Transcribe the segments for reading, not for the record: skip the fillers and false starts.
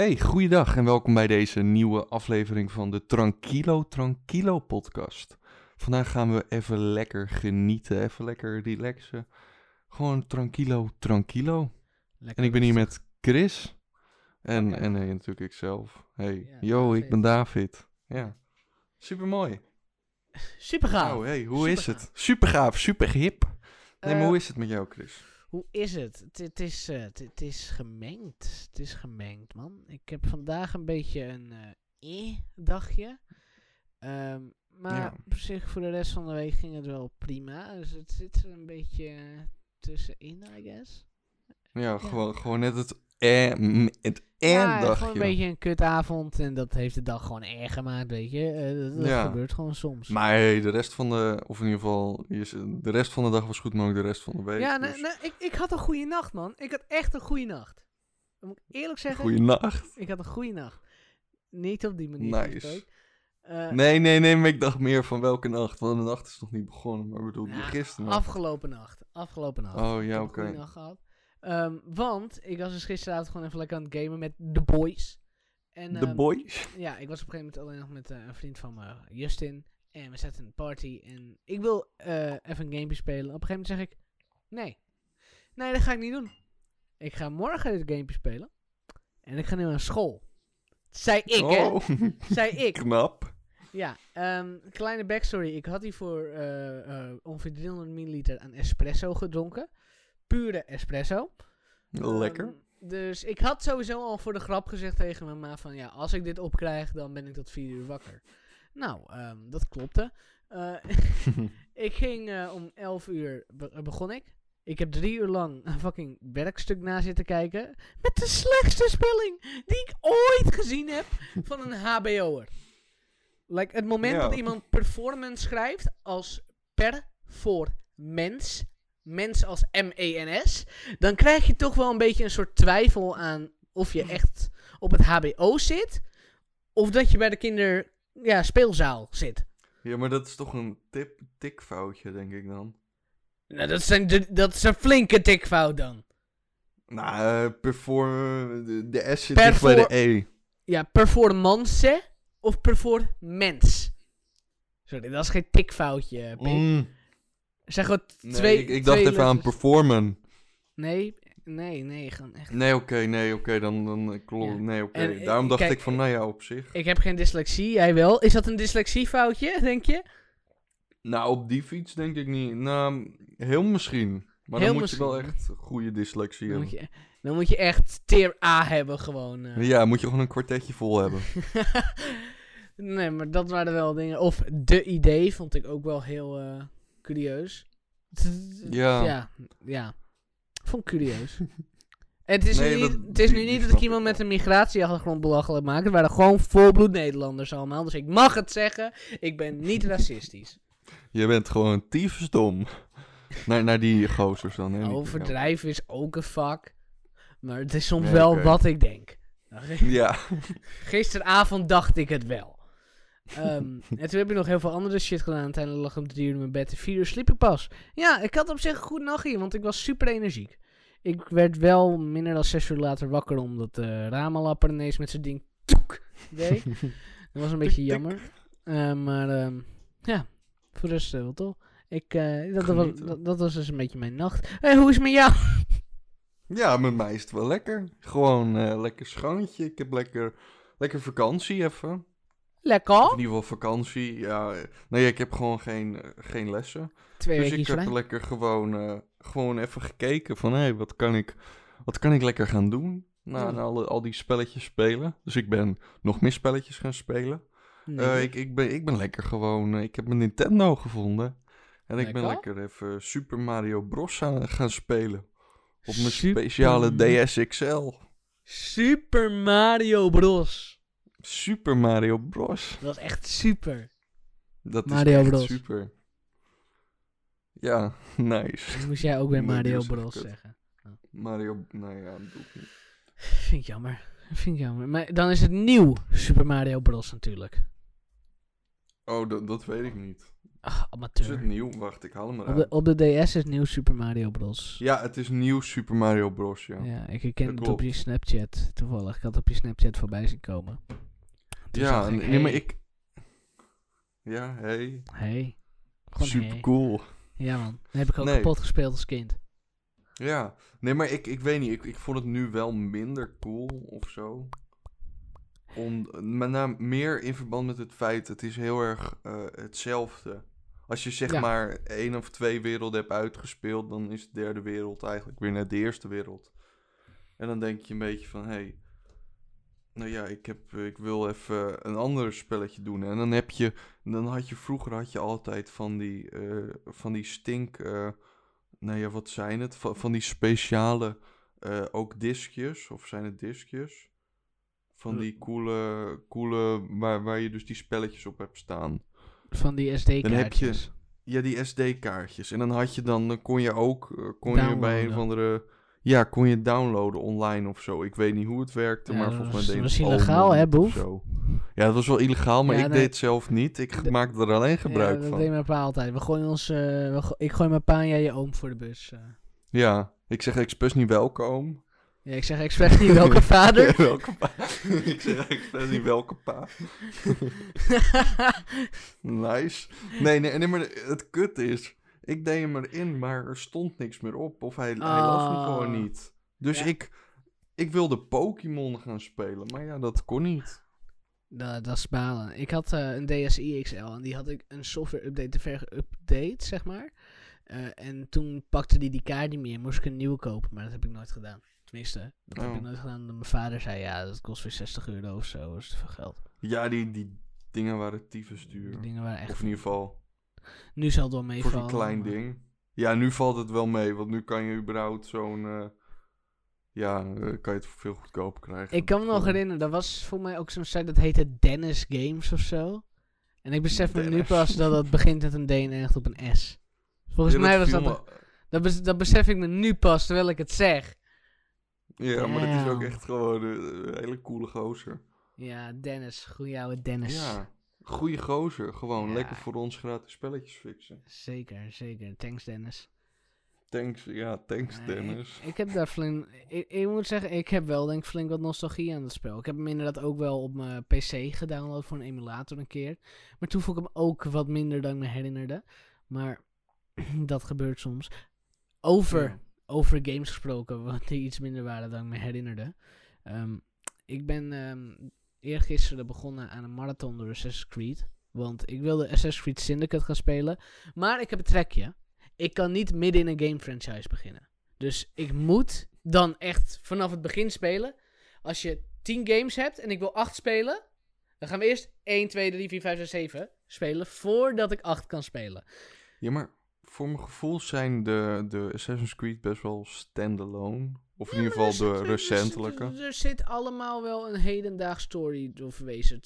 Hey, goeiedag en welkom bij deze nieuwe aflevering van de Tranquilo podcast. Vandaag gaan we even lekker genieten, even lekker relaxen. Gewoon tranquilo. Lekker En ik ben hier rustig. met Chris en, Oké. en natuurlijk ikzelf. Hey, Ja, ik David. ben David. Ja, supermooi. Super gaaf. Nou, hey, hoe is Supergaaf. het? Super gaaf, super hip. Nee, maar hoe is het met jou, Chris? Hoe is het? Het is gemengd. Het is gemengd, man. Ik heb vandaag een beetje een dagje. Maar Ja. op zich voor de rest van de week ging het wel prima. Dus het zit er een beetje tussenin, I guess. Ja, Ja. gewoon net het Ja, dagje. gewoon een beetje een kutavond. En dat heeft de dag gewoon erg gemaakt, weet je. Dat Ja. gebeurt gewoon soms. Maar hey, de rest van of in ieder geval, de rest van de dag was goed, maar ook de rest van de week. Ja, dus. ik had een goede nacht, man. Ik had echt een goede nacht. Dat moet ik eerlijk zeggen. Goeienacht. Ik had een goede nacht. Niet op die manier. Nice. gesproken. Nee, maar ik dacht meer van welke nacht, want de nacht is nog niet begonnen, maar bedoel, Nou, gisteren. Afgelopen nacht. Oh, Ik ja, heb oké. een goede nacht gehad. Want ik was dus gisteravond gewoon even lekker aan het gamen met de boys. En, De boys? Ja, ik was op een gegeven moment alleen nog met een vriend van me, Justin. En we zaten in een party. En ik wil even een gamepje spelen. Op een gegeven moment zeg ik, nee. Nee, dat ga ik niet doen. Ik ga morgen dit gamepje spelen. En ik ga nu naar school. Zei ik, hè? Oh, Zei ik. knap. Ja, kleine backstory. Ik had hiervoor ongeveer 300 milliliter aan espresso gedronken. Pure espresso. Lekker. Dus ik had sowieso al voor de grap gezegd tegen mijn ma van... Ja, als ik dit opkrijg, dan ben ik tot 4 uur wakker. Nou, dat klopte. Ik ging om 11 uur begon ik. Ik heb 3 uur lang een fucking werkstuk na zitten kijken. Met de slechtste spelling die ik ooit gezien heb van een hbo'er. Like, het moment Ja. dat iemand performance schrijft als per voor mens als M-E-N-S, dan krijg je toch wel een beetje een soort twijfel aan of je echt op het HBO zit, of dat je bij de speelzaal zit. Ja, maar dat is toch een tikfoutje, denk ik dan. Nou, dat is een flinke tikfout dan. Nou, de S zit Per dicht bij de voor- E. Ja, performance of performance. Sorry, dat is geen tikfoutje, P. Zeg gewoon Nee, twee. ik dacht twee even aan letters. performen. Nee, gewoon echt. Nee, oké, dan klopt. Ja. Nee, oké. En, Daarom dacht kijk, ik van, nou ja, op zich. Ik heb geen dyslexie, jij wel. Is dat een dyslexiefoutje, denk je? Nou, op die fiets denk ik niet. Nou, heel misschien. Maar Heel dan moet je wel misschien. echt goede dyslexie Dan hebben. moet je echt tier A hebben, gewoon. Ja, moet je gewoon een kwartetje vol hebben. Nee, maar dat waren wel dingen. Of de idee vond ik ook wel heel curieus. Ja. Ja. Vond ik curieus. En het is Nee, het is nu die niet dat snap ik iemand ik met wel. een migratieachtergrond belachelijk maak. Het waren gewoon volbloed Nederlanders allemaal. Dus ik mag het zeggen. Ik ben niet racistisch. Je bent gewoon tyfusdom. naar die gozers dan. Hè? Overdrijven is ook een vak. Maar het is soms Nee, wel oké. wat ik denk. Ja. Gisteravond dacht ik het wel. En toen heb ik nog heel veel andere shit gedaan. Uiteindelijk lag ik om 3 uur in mijn bed. En 4 uur sliep ik pas. Ja, ik had op zich een goed nachtje, want ik was super energiek. Ik werd wel minder dan 6 uur later wakker, omdat de ramenlapper ineens met zijn ding toek deed. Dat was een beetje Tik, tik. jammer. Maar ja, voor de rest wel toch. Dat was dus een beetje mijn nacht. Hoe is het met jou? Ja, met mij is het wel lekker. Gewoon lekker schoontje. Ik heb lekker vakantie even. Lekker. Of in ieder geval vakantie. Ja, nee, ik heb gewoon geen lessen. 2 Dus weken ik heb vrij. lekker gewoon even gekeken van, hé, wat kan ik lekker gaan doen? Nou, Ja. en al die spelletjes spelen. Dus ik ben nog meer spelletjes gaan spelen. Nee. Ik ben lekker gewoon, ik heb mijn Nintendo gevonden. En ik ben Lekker. lekker even Super Mario Bros. Gaan spelen. Op mijn Super- speciale DS XL. Super Mario Bros. Super Mario Bros. Dat is echt super. Dat Mario is echt Bros. super. Ja, nice. Dan moest jij ook weer Nee, die Mario was echt Bros kut. zeggen. Mario, nou ja, dat doe ik niet. Vind ik jammer. Maar dan is het nieuw Super Mario Bros natuurlijk. Oh, dat weet ik niet. Ach, Is amateur. het nieuw? Wacht, ik haal hem eruit. Op de DS is nieuw Super Mario Bros. Ja, het is nieuw Super Mario Bros. Ja, Ja, ik herken dat het op klopt. je Snapchat. Toevallig, ik had het op je Snapchat voorbij zien komen. Toen Ja, zag ik, nee, maar hey, ik... Ja, hey. Hey. Gewoon Super hey. cool. Ja man, dat heb ik ook Nee. kapot gespeeld als kind. Ja, nee, maar ik weet niet. Ik vond het nu wel minder cool of zo. Met name meer in verband met het feit, het is heel erg hetzelfde. Als je zeg Ja. maar 1 of 2 werelden hebt uitgespeeld, dan is de derde wereld eigenlijk weer net de eerste wereld. En dan denk je een beetje van, hé, nou ja, ik wil even een ander spelletje doen. En dan had je vroeger altijd van die stink, nou ja, wat zijn het? Van die speciale, ook diskjes, of zijn het diskjes? Van die coole waar je dus die spelletjes op hebt staan. Van die Dan heb je, SD-kaartjes. ja, die SD-kaartjes. En dan kon je ook, je bij een of Downloaden. andere, ja, kon je downloaden online of zo. Ik weet niet hoe het werkte, Ja, maar dat volgens mij was- deed was het illegaal, Omen hè, of boef? zo. Ja, dat was wel illegaal, maar Ja, ik nee. deed het zelf niet. Ik maakte er alleen gebruik ja, dat van. deed mijn pa altijd. We gooien ons, ik gooi mijn pa en jij je oom voor de bus. Ja, ik zeg expres niet welke oom. Ja, ik zeg expres niet welke vader. Welke pa. Ik zeg expres niet welke pa. Nice. Nee, maar het kut is, ik deed hem erin, maar er stond niks meer op. Of hij las me gewoon niet. Dus Ja. ik wilde Pokémon gaan spelen, maar ja, dat kon niet. Dat is balen. Ik had een DSi XL en die had ik een software update te ver geüpdate, zeg maar. En toen pakte die kaart niet meer, moest ik een nieuwe kopen, maar dat heb ik nooit gedaan. Tenminste, dat heb Oh. ik nooit gedaan omdat mijn vader zei, ja, dat kost weer €60 of zo, dat is te veel geld. Ja, die dingen waren tyfus duur. Die dingen waren echt... Of in ieder geval, Nu zal het wel voor meevallen. zo'n klein maar- ding. Ja, nu valt het wel mee, want nu kan je überhaupt zo'n... kan je het veel goedkoper krijgen. Ik kan me nog Gewoon- herinneren, dat was voor mij ook zo'n site dat heette Dennis Games of zo. En ik besef me nu Dennis. pas dat het begint met een D en eindigt op een S. Volgens Ja, mij was viel dat... me- Dat besef ik me nu pas terwijl ik het zeg. Ja, maar dat is ook Damn. echt gewoon een hele coole gozer. Ja, Dennis. Goeie oude Dennis. Ja, goeie gozer. Gewoon Ja. lekker voor ons gratis spelletjes fixen. Zeker, zeker. Thanks, Dennis. Thanks Nee, Dennis. Ik heb daar flink... Ik moet zeggen, ik heb wel denk ik flink wat nostalgie aan het spel. Ik heb hem inderdaad ook wel op mijn PC gedownload voor een emulator een keer. Maar toen vond ik hem ook wat minder dan ik me herinnerde. Maar dat gebeurt soms. Over games gesproken, wat die iets minder waren dan ik me herinnerde. Ik ben eergisteren begonnen aan een marathon door Assassin's Creed. Want ik wilde Assassin's Creed Syndicate gaan spelen. Maar ik heb een trekje. Ik kan niet midden in een game franchise beginnen. Dus ik moet dan echt vanaf het begin spelen. Als je 10 games hebt en ik wil 8 spelen, dan gaan we eerst 1, 2, 3, 4, 5, 6, 7 spelen voordat ik 8 kan spelen. Ja, maar voor mijn gevoel zijn de Assassin's Creed best wel standalone. Of in ieder geval de recentelijke. Er zit allemaal wel een hedendaags story door verwezen.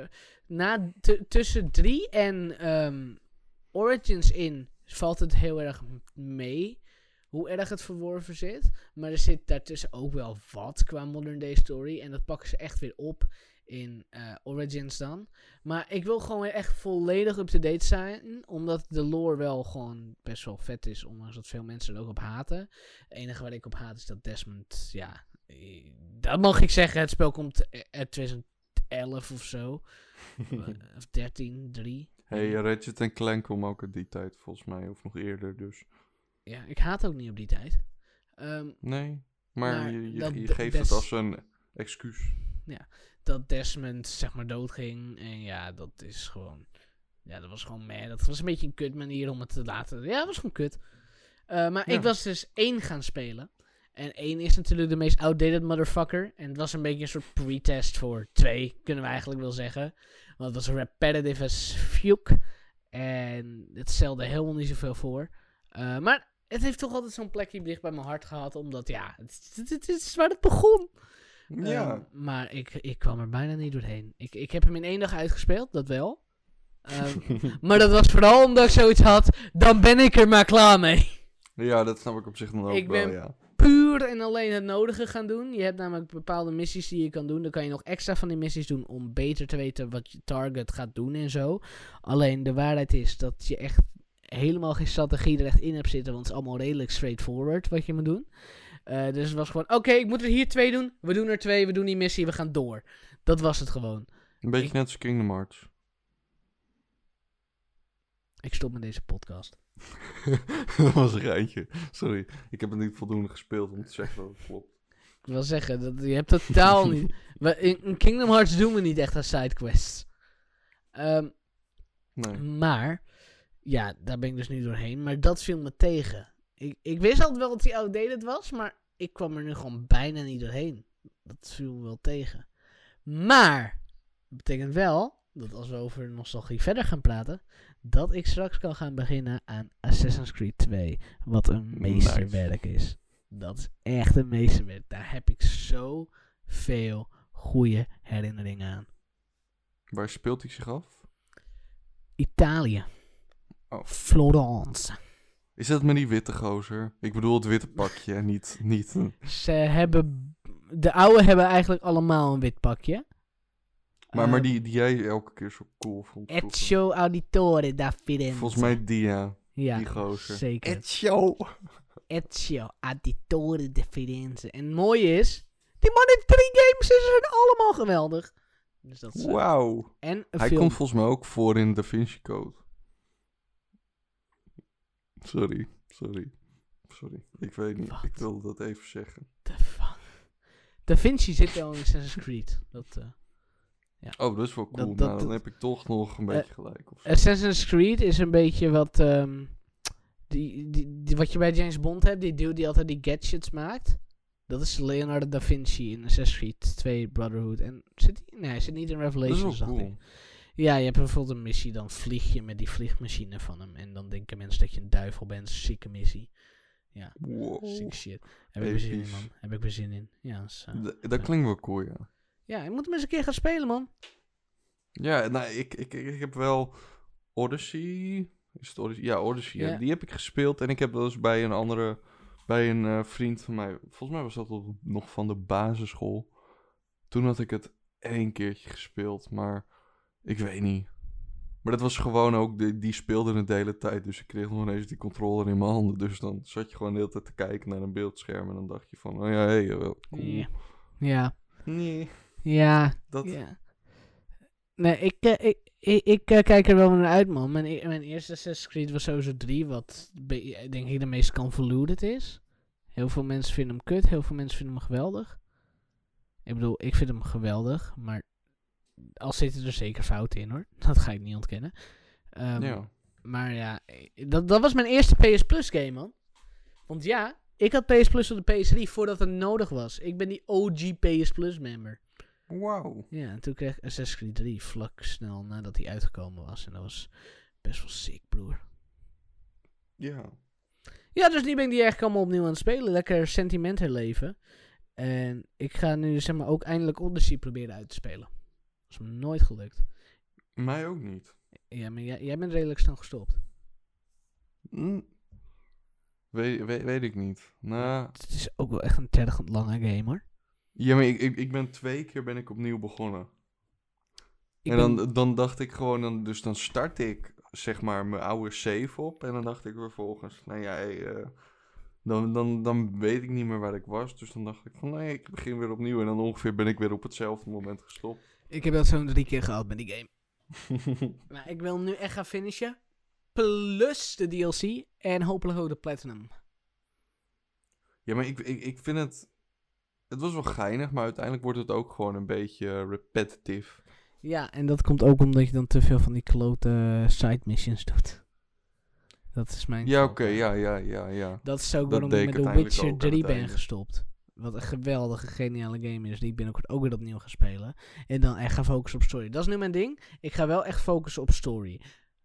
Tussen 3 en Origins in valt het heel erg mee hoe erg het verworven zit. Maar er zit daartussen ook wel wat qua modern day story. En dat pakken ze echt weer op in Origins dan. Maar ik wil gewoon weer echt volledig up-to-date zijn. Omdat de lore wel gewoon best wel vet is. Ondanks dat veel mensen er ook op haten. Het enige waar ik op haat is dat Desmond, ja, dat mag ik zeggen. Het spel komt uit 2011 of zo. Of 13, 3. Hey, Ratchet Clank kwam ook uit die tijd volgens mij. Of nog eerder dus. Ja, ik haat ook niet op die tijd. Nee, maar Maar je dat geeft het als een excuus. Dat Desmond zeg maar doodging. En ja, dat is gewoon... Ja, dat was gewoon meh. Dat was een beetje een kut manier om het te laten... Ja, dat was gewoon kut. Maar Ja. ik was dus 1 gaan spelen. En 1 is natuurlijk de meest outdated motherfucker. En het was een beetje een soort pre-test voor 2, kunnen we eigenlijk wel zeggen. Want het was repetitive as fuck. En het stelde helemaal niet zoveel voor. Maar het heeft toch altijd zo'n plekje dicht bij mijn hart gehad. Omdat ja, het is waar het begon. Ja. Maar ik kwam er bijna niet doorheen. Ik heb hem in 1 dag uitgespeeld, dat wel. Maar dat was vooral omdat ik zoiets had. Dan ben ik er maar klaar mee. Ja, dat snap ik op zich dan ook Ik wel, ben- ja. puur en alleen het nodige gaan doen. Je hebt namelijk bepaalde missies die je kan doen. Dan kan je nog extra van die missies doen om beter te weten wat je target gaat doen en zo. Alleen de waarheid is dat je echt helemaal geen strategie er echt in hebt zitten. Want het is allemaal redelijk straightforward wat je moet doen. Dus het was gewoon, oké, ik moet er hier 2 doen. We doen er 2, we doen die missie, we gaan door. Dat was het gewoon. Een beetje net als Kingdom Hearts. Ik stop met deze podcast. Dat was een geintje. Sorry, ik heb het niet voldoende gespeeld om te zeggen dat het klopt. Ik wil zeggen, je hebt totaal niet... In Kingdom Hearts doen we niet echt aan sidequests. Nee. Maar, ja, daar ben ik dus nu doorheen. Maar dat viel me tegen. Ik wist altijd wel dat die outdated was, maar ik kwam er nu gewoon bijna niet doorheen. Dat viel me wel tegen. Maar, dat betekent wel dat als we over nostalgie verder gaan praten, dat ik straks kan gaan beginnen aan Assassin's Creed 2. Wat een meesterwerk is. Dat is echt een meesterwerk. Daar heb ik zo veel goede herinneringen aan. Waar speelt hij zich af? Italië. Oh. Florence. Is dat met die witte gozer? Ik bedoel het witte pakje, niet Ze hebben... De oude hebben eigenlijk allemaal een wit pakje. Maar die jij elke keer zo cool vond. Ezio Auditore da Firenze. Volgens mij die ja, gozer. Zeker. Ezio Auditore da Firenze. En het mooie is, die man in 3 games is allemaal geweldig. Dus dat is, wauw. En een Hij film. komt volgens mij ook voor in Da Vinci Code. Sorry. Ik weet niet. Wat? Ik wilde dat even zeggen. The fuck? Da Vinci zit wel in Assassin's Creed. Ja. Oh, dat is wel cool. Dan heb ik toch nog een beetje gelijk. Of zo. Assassin's Creed is een beetje wat... wat je bij James Bond hebt. Die dude die altijd die gadgets maakt. Dat is Leonardo da Vinci in Assassin's Creed 2 Brotherhood. En hij zit niet in Revelations. Dat is wel cool. Ja, je hebt bijvoorbeeld een missie. Dan vlieg je met die vliegmachine van hem. En dan denken mensen dat je een duivel bent. Zieke missie. Ja, Wow. zieke shit. Heb ik weer zin in, man. Heb ik weer zin in. Ja, Dat klinkt wel cool, ja. Ja, je moet hem eens een keer gaan spelen, man. Ja, nou, ik heb wel Odyssey. Is het Odyssey? Ja, Odyssey. Ja. Die heb ik gespeeld. En ik heb wel eens bij een vriend van mij. Volgens mij was dat nog van de basisschool. Toen had ik het 1 keertje gespeeld. Maar ik weet niet. Maar dat was gewoon ook, die speelde het de hele tijd. Dus ik kreeg nog ineens die controller in mijn handen. Dus dan zat je gewoon de hele tijd te kijken naar een beeldscherm. En dan dacht je van, oh ja, hé, cool. Ja. Nee. Ja. Dat... Ja. Nee, ik kijk er wel naar uit, man. Mijn eerste Assassin's Creed was sowieso 3, wat denk ik de meest convoluted is. Heel veel mensen vinden hem kut, heel veel mensen vinden hem geweldig. Ik bedoel, ik vind hem geweldig, maar al zitten er zeker fouten in, hoor. Dat ga ik niet ontkennen. ja. Maar ja, dat was mijn eerste PS Plus game, man. Want ja, ik had PS Plus op de PS3 voordat het nodig was. Ik ben die OG PS Plus member. Wauw. Ja, en toen kreeg ik Assassin's Creed 3 vlak snel nadat hij uitgekomen was. En dat was best wel sick, broer. Ja. Ja, dus nu ben ik die eigenlijk allemaal opnieuw aan het spelen. Lekker sentiment herleven. En ik ga nu zeg maar ook eindelijk Odyssey proberen uit te spelen. Dat is me nooit gelukt. Mij ook niet. Ja, maar jij bent redelijk snel gestopt. Weet ik niet. Nou... Het is ook wel echt een tergend lange game, hoor. Ja, maar ik ben 2 keer opnieuw begonnen. Dan dacht ik gewoon, dan startte ik zeg maar mijn oude save op. En dan dacht ik vervolgens, nou ja, dan weet ik niet meer waar ik was. Dus dan dacht ik van, nee, ik begin weer opnieuw. En dan ongeveer ben ik weer op hetzelfde moment gestopt. Ik heb dat zo'n 3 keer gehad met die game. Maar ik wil nu echt gaan finishen. Plus de DLC. En hopelijk ook de Platinum. Ja, maar ik vind het... Het was wel geinig, maar uiteindelijk wordt het ook gewoon een beetje repetitive. Ja, en dat komt ook omdat je dan te veel van die klote side missions doet. Dat is mijn... Ja, oké, ja. Dat is ook Dat waarom deed ik ik met The uiteindelijk Witcher ook aan 3 het ben einde. gestopt. Wat een geweldige, geniale game is. Die ik binnenkort ook weer opnieuw ga spelen. En dan echt gaan focussen op story. Dat is nu mijn ding. Ik ga wel echt focussen op story.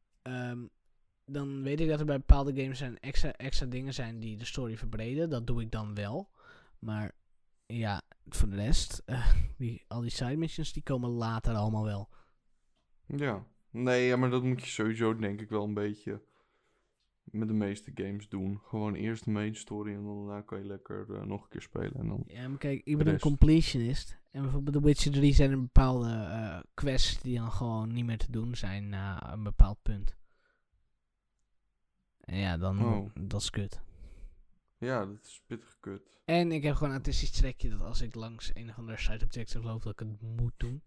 Dan weet ik dat er bij bepaalde games extra dingen zijn die de story verbreden. Dat doe ik dan wel. Maar ja, voor de rest, al die side missions die komen later allemaal wel. Ja. Nee, ja, maar dat moet je sowieso denk ik wel een beetje met de meeste games doen. Gewoon eerst de main story en daarna kan je lekker nog een keer spelen. En dan... Ja, maar kijk, ik ben een rest. completionist. En bijvoorbeeld The Witcher 3 zijn er bepaalde quests die dan gewoon niet meer te doen zijn na een bepaald punt. En ja, dan, dat is kut. Ja, dat is pittig kut. En ik heb gewoon een artistisch trekje dat als ik langs een of andere side objective loop, dat ik het moet doen.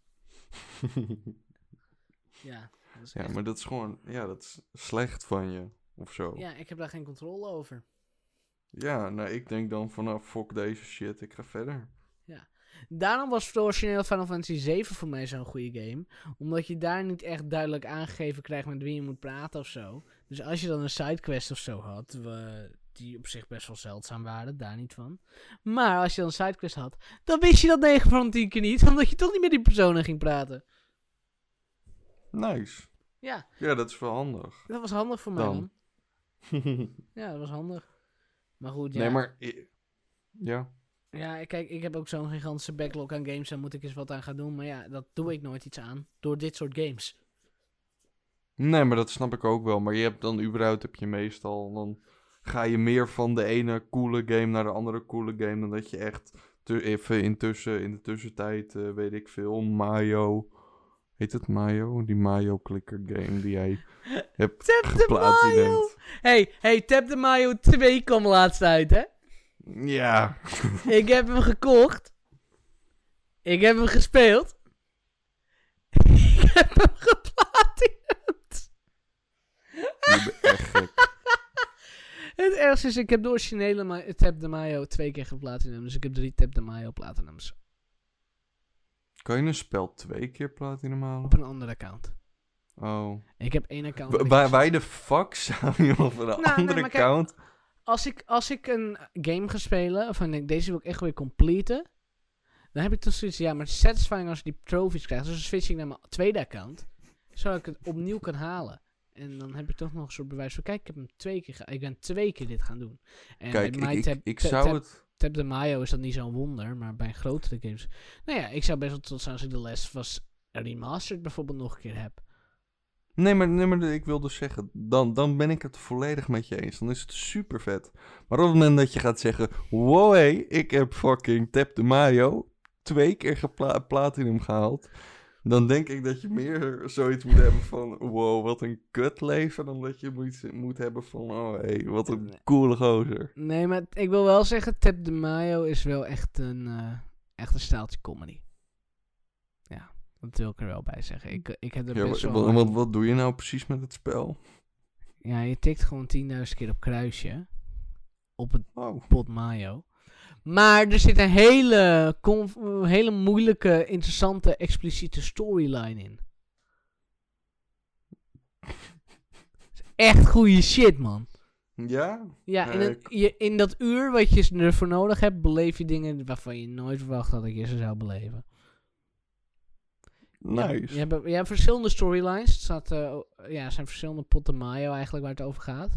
Ja, dat is Ja, echt... maar dat is gewoon... Ja, dat is slecht van je. Of zo. Ja, ik heb daar geen controle over. Ja, nou, ik denk dan van... fuck deze shit, ik ga verder. Daarom was het origineel Final Fantasy 7 voor mij zo'n goede game. Omdat je daar niet echt duidelijk aangegeven krijgt met wie je moet praten of zo. Dus als je dan een sidequest of zo had, die op zich best wel zeldzaam waren, daar niet van. Maar als je dan een sidequest had, dan wist je dat 9 van de 10 keer niet, omdat je toch niet met die personen ging praten. Nice. Ja, Ja, dat is wel handig. dat was handig voor mij dan. Dan. Ja, dat was handig. Maar goed, ja. Nee, maar... Ja. Ja, kijk, ik heb ook zo'n gigantische backlog aan games, daar moet ik eens wat aan gaan doen. Maar ja, dat doe ik nooit iets aan, door dit soort games. Nee, maar dat snap ik ook wel. Maar je hebt dan überhaupt heb je meestal... Dan ga je meer van de ene coole game naar de andere coole game... dan dat je echt even in de tussentijd, weet ik veel, Mayo... Heet het Mayo? Die Mayo-clicker game die jij hebt Tap the Mayo! Hey, Tap the Mayo 2 kwam laatst uit, hè? Ja. Ik heb hem gekocht. Ik heb hem gespeeld. Ik heb hem geplatinumd. Je bent echt gek. Het ergste is, ik heb de originele Tap the Mayo 2 keer geplatinumd. Dus ik heb 3 Tap the Mayo platinums. Kan je een spel 2 keer platinum halen? Op een ander account. Oh. Ik heb 1 account. Waar de fuck zou je op een andere maar kijk, account? Als ik een game ga spelen, of ik denk, deze wil ik echt weer completen, dan heb ik toch zoiets, ja, maar het is satisfying als ik die trophies krijg. Dus dan switch ik naar mijn tweede account, zodat ik het opnieuw kan halen. En dan heb ik toch nog een soort bewijs van, kijk, ik heb hem 2 keer ik ben 2 keer dit gaan doen. En Kijk, bij ik zou het... Tap the Mayo is dat niet zo'n wonder, maar bij grotere games... Nou ja, ik zou best wel tot staan als ik de Last of Us Remastered bijvoorbeeld nog een keer heb. Nee, maar ik wil dus zeggen, dan ben ik het volledig met je eens. Dan is het super vet. Maar op het moment dat je gaat zeggen, wow, hey, ik heb fucking Tap the Mayo 2 keer platinum gehaald. Dan denk ik dat je meer zoiets moet hebben van, wow, wat een kut leven. Dan dat je moet hebben van, oh hey, wat een coole gozer. Nee, maar ik wil wel zeggen, Tap the Mayo is wel echt een staaltje comedy. Ja, dat wil ik er wel bij zeggen. Ik heb er best wel... Wat doe je nou precies met het spel? Ja, je tikt gewoon 10.000 keer op kruisje. Op het pot mayo. Maar er zit een hele moeilijke, interessante, expliciete storyline in. Echt goede shit, man. Ja? Ja, in dat uur wat je ervoor nodig hebt, beleef je dingen waarvan je nooit verwacht had dat je ze zou beleven. Nice. Je hebt verschillende storylines. Er zijn verschillende potten mayo eigenlijk waar het over gaat.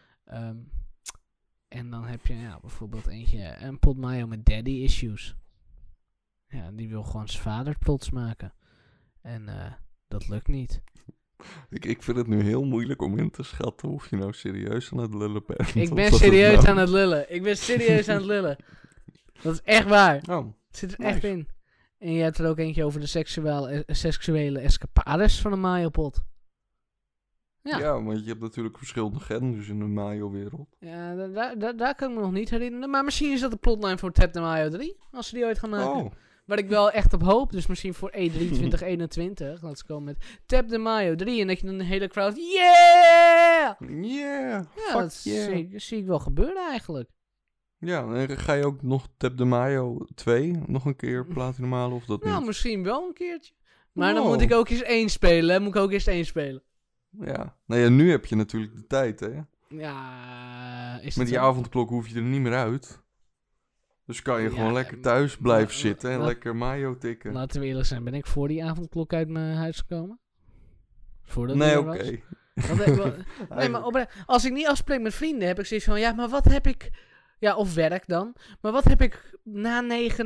En dan heb je bijvoorbeeld een pot mayo met daddy issues. Ja, die wil gewoon zijn vader plots maken. En dat lukt niet. Ik vind het nu heel moeilijk om in te schatten of je nou serieus aan het lullen bent. Ik ben serieus aan het lullen. Ik ben serieus aan het lullen. Dat is echt waar. Oh, het zit er echt in. En je hebt er ook eentje over de seksuele escapades van een mayo-pot. Ja, want je hebt natuurlijk verschillende genders in de Mayo-wereld. Ja, daar kan ik me nog niet herinneren. Maar misschien is dat de plotline voor Tap the Mayo 3. Als ze die ooit gaan maken. Oh. Waar ik wel echt op hoop. Dus misschien voor E3 2021. Laten we komen met Tap the Mayo 3. En dat je dan de hele crowd... Yeah! Yeah! Ja, dat zie ik wel gebeuren eigenlijk. Ja, en ga je ook nog Tap the Mayo 2 nog een keer platinum halen of dat niet? Nou, misschien wel een keertje. Maar dan moet ik ook eens 1 spelen. Hè? Moet ik ook eens 1 spelen. Ja. Nou ja, nu heb je natuurlijk de tijd, hè? Ja, met die avondklok hoef je er niet meer uit. Dus kan je gewoon lekker thuis blijven zitten en lekker Mayo tikken. Laten we eerlijk zijn, ben ik voor die avondklok uit mijn huis gekomen? Voordat nee, oké. Nee, maar als ik niet afspreek met vrienden, heb ik zoiets van, ja, maar wat heb ik... Ja, of werk dan. Maar wat heb ik na 9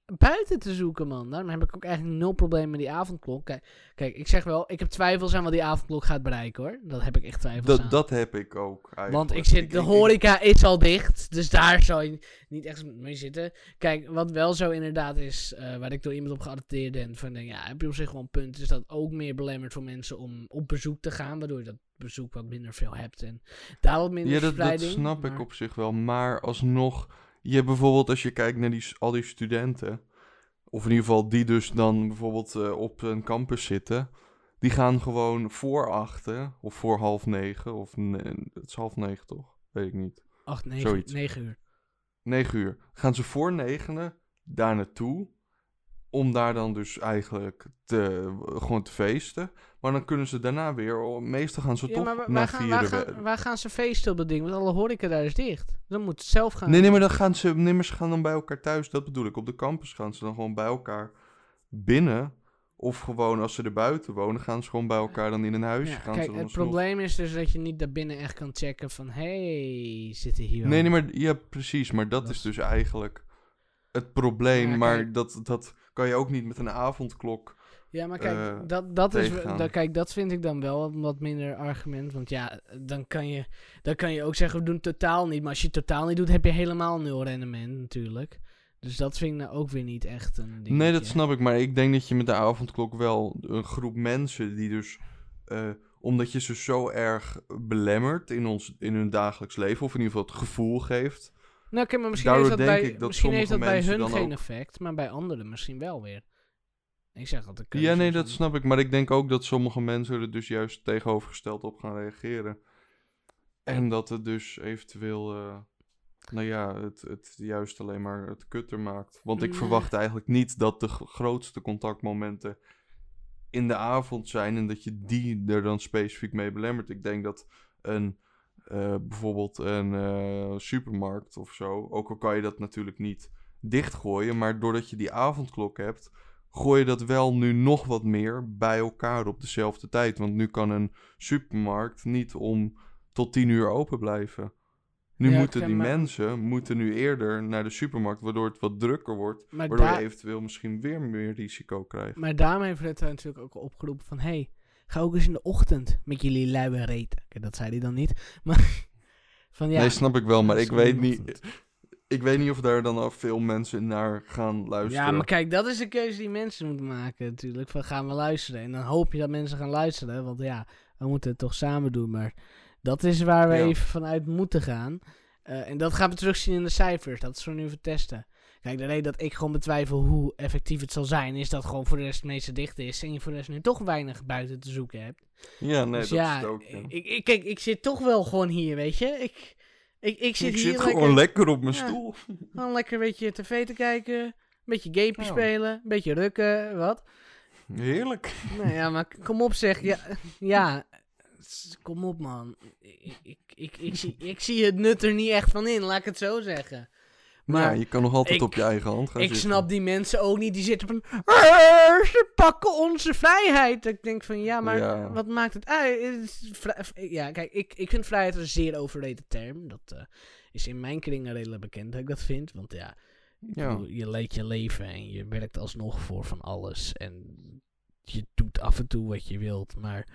buiten te zoeken, man. Daarom heb ik ook eigenlijk 0 probleem met die avondklok. Kijk, ik zeg wel, ik heb twijfels aan wat die avondklok gaat bereiken, hoor. Dat heb ik echt twijfels aan. Dat heb ik ook eigenlijk. Want de horeca is al dicht, dus daar zou je niet echt mee zitten. Kijk, wat wel zo inderdaad is, waar ik door iemand op geattendeerd ben, van ja, heb je op zich wel een punt, is dat ook meer belemmert voor mensen om op bezoek te gaan, waardoor je dat bezoek wat minder veel hebt en daar wat minder verspreiding. Dat snap ik op zich wel, maar alsnog, je hebt bijvoorbeeld als je kijkt naar al die studenten, of in ieder geval die dus dan bijvoorbeeld op een campus zitten, die gaan gewoon voor 8 of voor 8:30, of het is 8:30 toch? Weet ik niet. 9 uur. 9 uur. Gaan ze voor 9 daar naartoe, om daar dan dus eigenlijk gewoon te feesten. Maar dan kunnen ze daarna weer, meestal gaan ze toch naar vieren. Waar gaan ze feesten op dat ding? Want alle horeca daar is dicht. Dan moet het zelf gaan. Nee, maar ze gaan dan bij elkaar thuis. Dat bedoel ik. Op de campus gaan ze dan gewoon bij elkaar binnen. Of gewoon als ze er buiten wonen, gaan ze gewoon bij elkaar dan in een huisje. Kijk, het probleem is dus dat je niet daarbinnen echt kan checken van, zitten hier... Nee, maar ja, precies. Maar dat is dus eigenlijk het probleem. Ja, maar dat kan je ook niet met een avondklok. Ja, maar kijk, dat vind ik dan wel een wat minder argument. Want ja, dan kan je ook zeggen, we doen het totaal niet. Maar als je het totaal niet doet, heb je helemaal 0 rendement natuurlijk. Dus dat vind ik nou ook weer niet echt een ding. Nee, dat snap ik. Maar ik denk dat je met de avondklok wel een groep mensen die dus... omdat je ze zo erg belemmert in hun dagelijks leven. Of in ieder geval het gevoel geeft. Nou, oké, maar misschien heeft dat bij hun geen effect. Maar bij anderen misschien wel weer. Ik zeg dat ja, nee, dat snap ik. Maar ik denk ook dat sommige mensen er dus juist tegenovergesteld op gaan reageren. En dat het dus eventueel... het juist alleen maar het kutter maakt. Want ik verwacht eigenlijk niet dat de grootste contactmomenten in de avond zijn en dat je die er dan specifiek mee belemmert. Ik denk dat bijvoorbeeld een supermarkt of zo, ook al kan je dat natuurlijk niet dichtgooien, maar doordat je die avondklok hebt, gooi je dat wel nu nog wat meer bij elkaar op dezelfde tijd. Want nu kan een supermarkt niet tot 10 uur open blijven. Mensen moeten nu eerder naar de supermarkt, waardoor het wat drukker wordt. Waardoor je eventueel misschien weer meer risico krijgt. Maar daarmee heeft Rutte natuurlijk ook opgeroepen van... ga ook eens in de ochtend met jullie luie reten. Kijk, dat zei hij dan niet. Maar van ja... Nee, snap ik wel, maar ik weet niet of daar dan al veel mensen naar gaan luisteren. Ja, maar kijk, dat is een keuze die mensen moeten maken natuurlijk. Van gaan we luisteren? En dan hoop je dat mensen gaan luisteren. Want ja, we moeten het toch samen doen, maar... Dat is waar we even vanuit moeten gaan. En dat gaan we terugzien in de cijfers. Dat is voor nu even testen. Kijk, de reden dat ik gewoon betwijfel hoe effectief het zal zijn... is dat gewoon voor de rest het meeste dicht is... en je voor de rest nu toch weinig buiten te zoeken hebt. Ja, nee, dus dat is het ook. Ja. Kijk, ik zit toch wel gewoon hier, weet je. Ik zit gewoon lekker op mijn stoel. Gewoon lekker een beetje tv te kijken... een beetje gamepje spelen... een beetje rukken, wat. Heerlijk. Nou ja, maar kom op zeg. Ja... Kom op, man. Ik zie het nut er niet echt van in, laat ik het zo zeggen. Maar ja, je kan nog altijd op je eigen hand gaan zitten. Ik snap die mensen ook niet, die zitten van... ze pakken onze vrijheid. Ik denk van, ja, maar wat maakt het uit? Ja, kijk, ik vind vrijheid een zeer overrated term. Dat is in mijn kringen redelijk bekend dat ik dat vind. Want ja, je leidt je leven en je werkt alsnog voor van alles. En... je doet af en toe wat je wilt, maar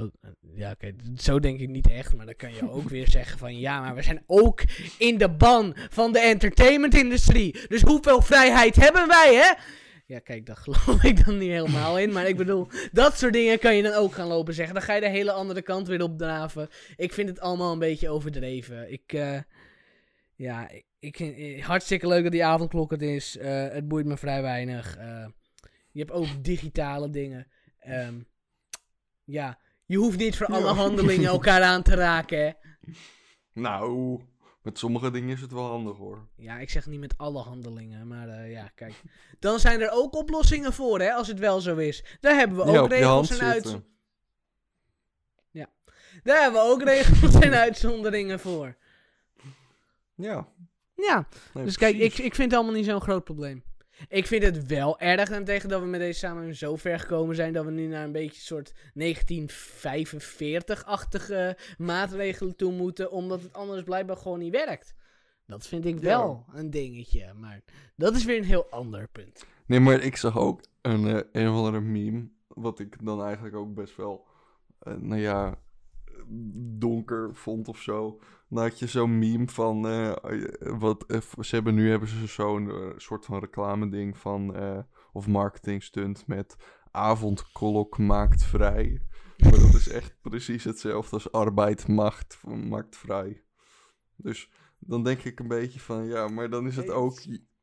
zo denk ik niet echt, maar dan kan je ook weer zeggen van ja, maar we zijn ook in de ban van de entertainmentindustrie, dus hoeveel vrijheid hebben wij, hè? Ja, kijk, daar geloof ik dan niet helemaal in, maar ik bedoel, dat soort dingen kan je dan ook gaan lopen zeggen, dan ga je de hele andere kant weer opdraven. Ik vind het allemaal een beetje overdreven. Ik vind hartstikke leuk dat die avondklok het is, het boeit me vrij weinig. Je hebt ook digitale dingen. Je hoeft niet voor alle handelingen elkaar aan te raken, hè. Nou, met sommige dingen is het wel handig, hoor. Ja, ik zeg niet met alle handelingen, maar kijk. Dan zijn er ook oplossingen voor, hè, als het wel zo is. Daar hebben we ook regels en uitzonderingen. Ja, daar hebben we ook regels en uitzonderingen voor. Ja. Ja, nee, dus kijk, ik vind het allemaal niet zo'n groot probleem. Ik vind het wel erg en tegen dat we met deze samenleving zo ver gekomen zijn dat we nu naar een beetje soort 1945-achtige maatregelen toe moeten, omdat het anders blijkbaar gewoon niet werkt. Dat vind ik Ja. wel een dingetje. Maar dat is weer een heel ander punt. Nee, maar ik zag ook een of andere meme, wat ik dan eigenlijk ook best wel, donker vond of zo. Dan had je zo'n meme van, hebben ze zo'n soort van reclame ding van, of marketing stunt met avondklok maakt vrij. Maar dat is echt precies hetzelfde als arbeid maakt vrij. Dus dan denk ik een beetje van, ja, maar dan is het ook...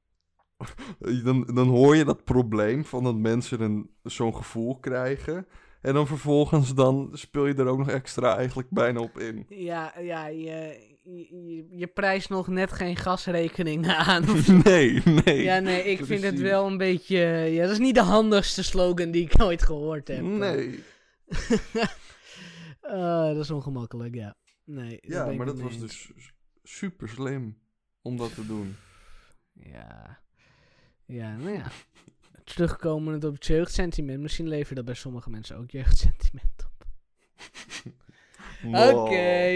Dan hoor je dat probleem van dat mensen zo'n gevoel krijgen. En dan vervolgens dan speel je er ook nog extra eigenlijk bijna op in. Ja, je prijst nog net geen gasrekening aan. Of zo. Nee. Ja, nee, ik vind het Precies. wel een beetje... Ja, dat is niet de handigste slogan die ik ooit gehoord heb. Nee. Dat is ongemakkelijk, ja. Nee, daar Ja, ben ik maar het dat mee was eens. dus super slim om dat te doen. Ja. Ja, nou ja. Terugkomend op het jeugdsentiment. Misschien levert dat bij sommige mensen ook jeugdsentiment op. Oké.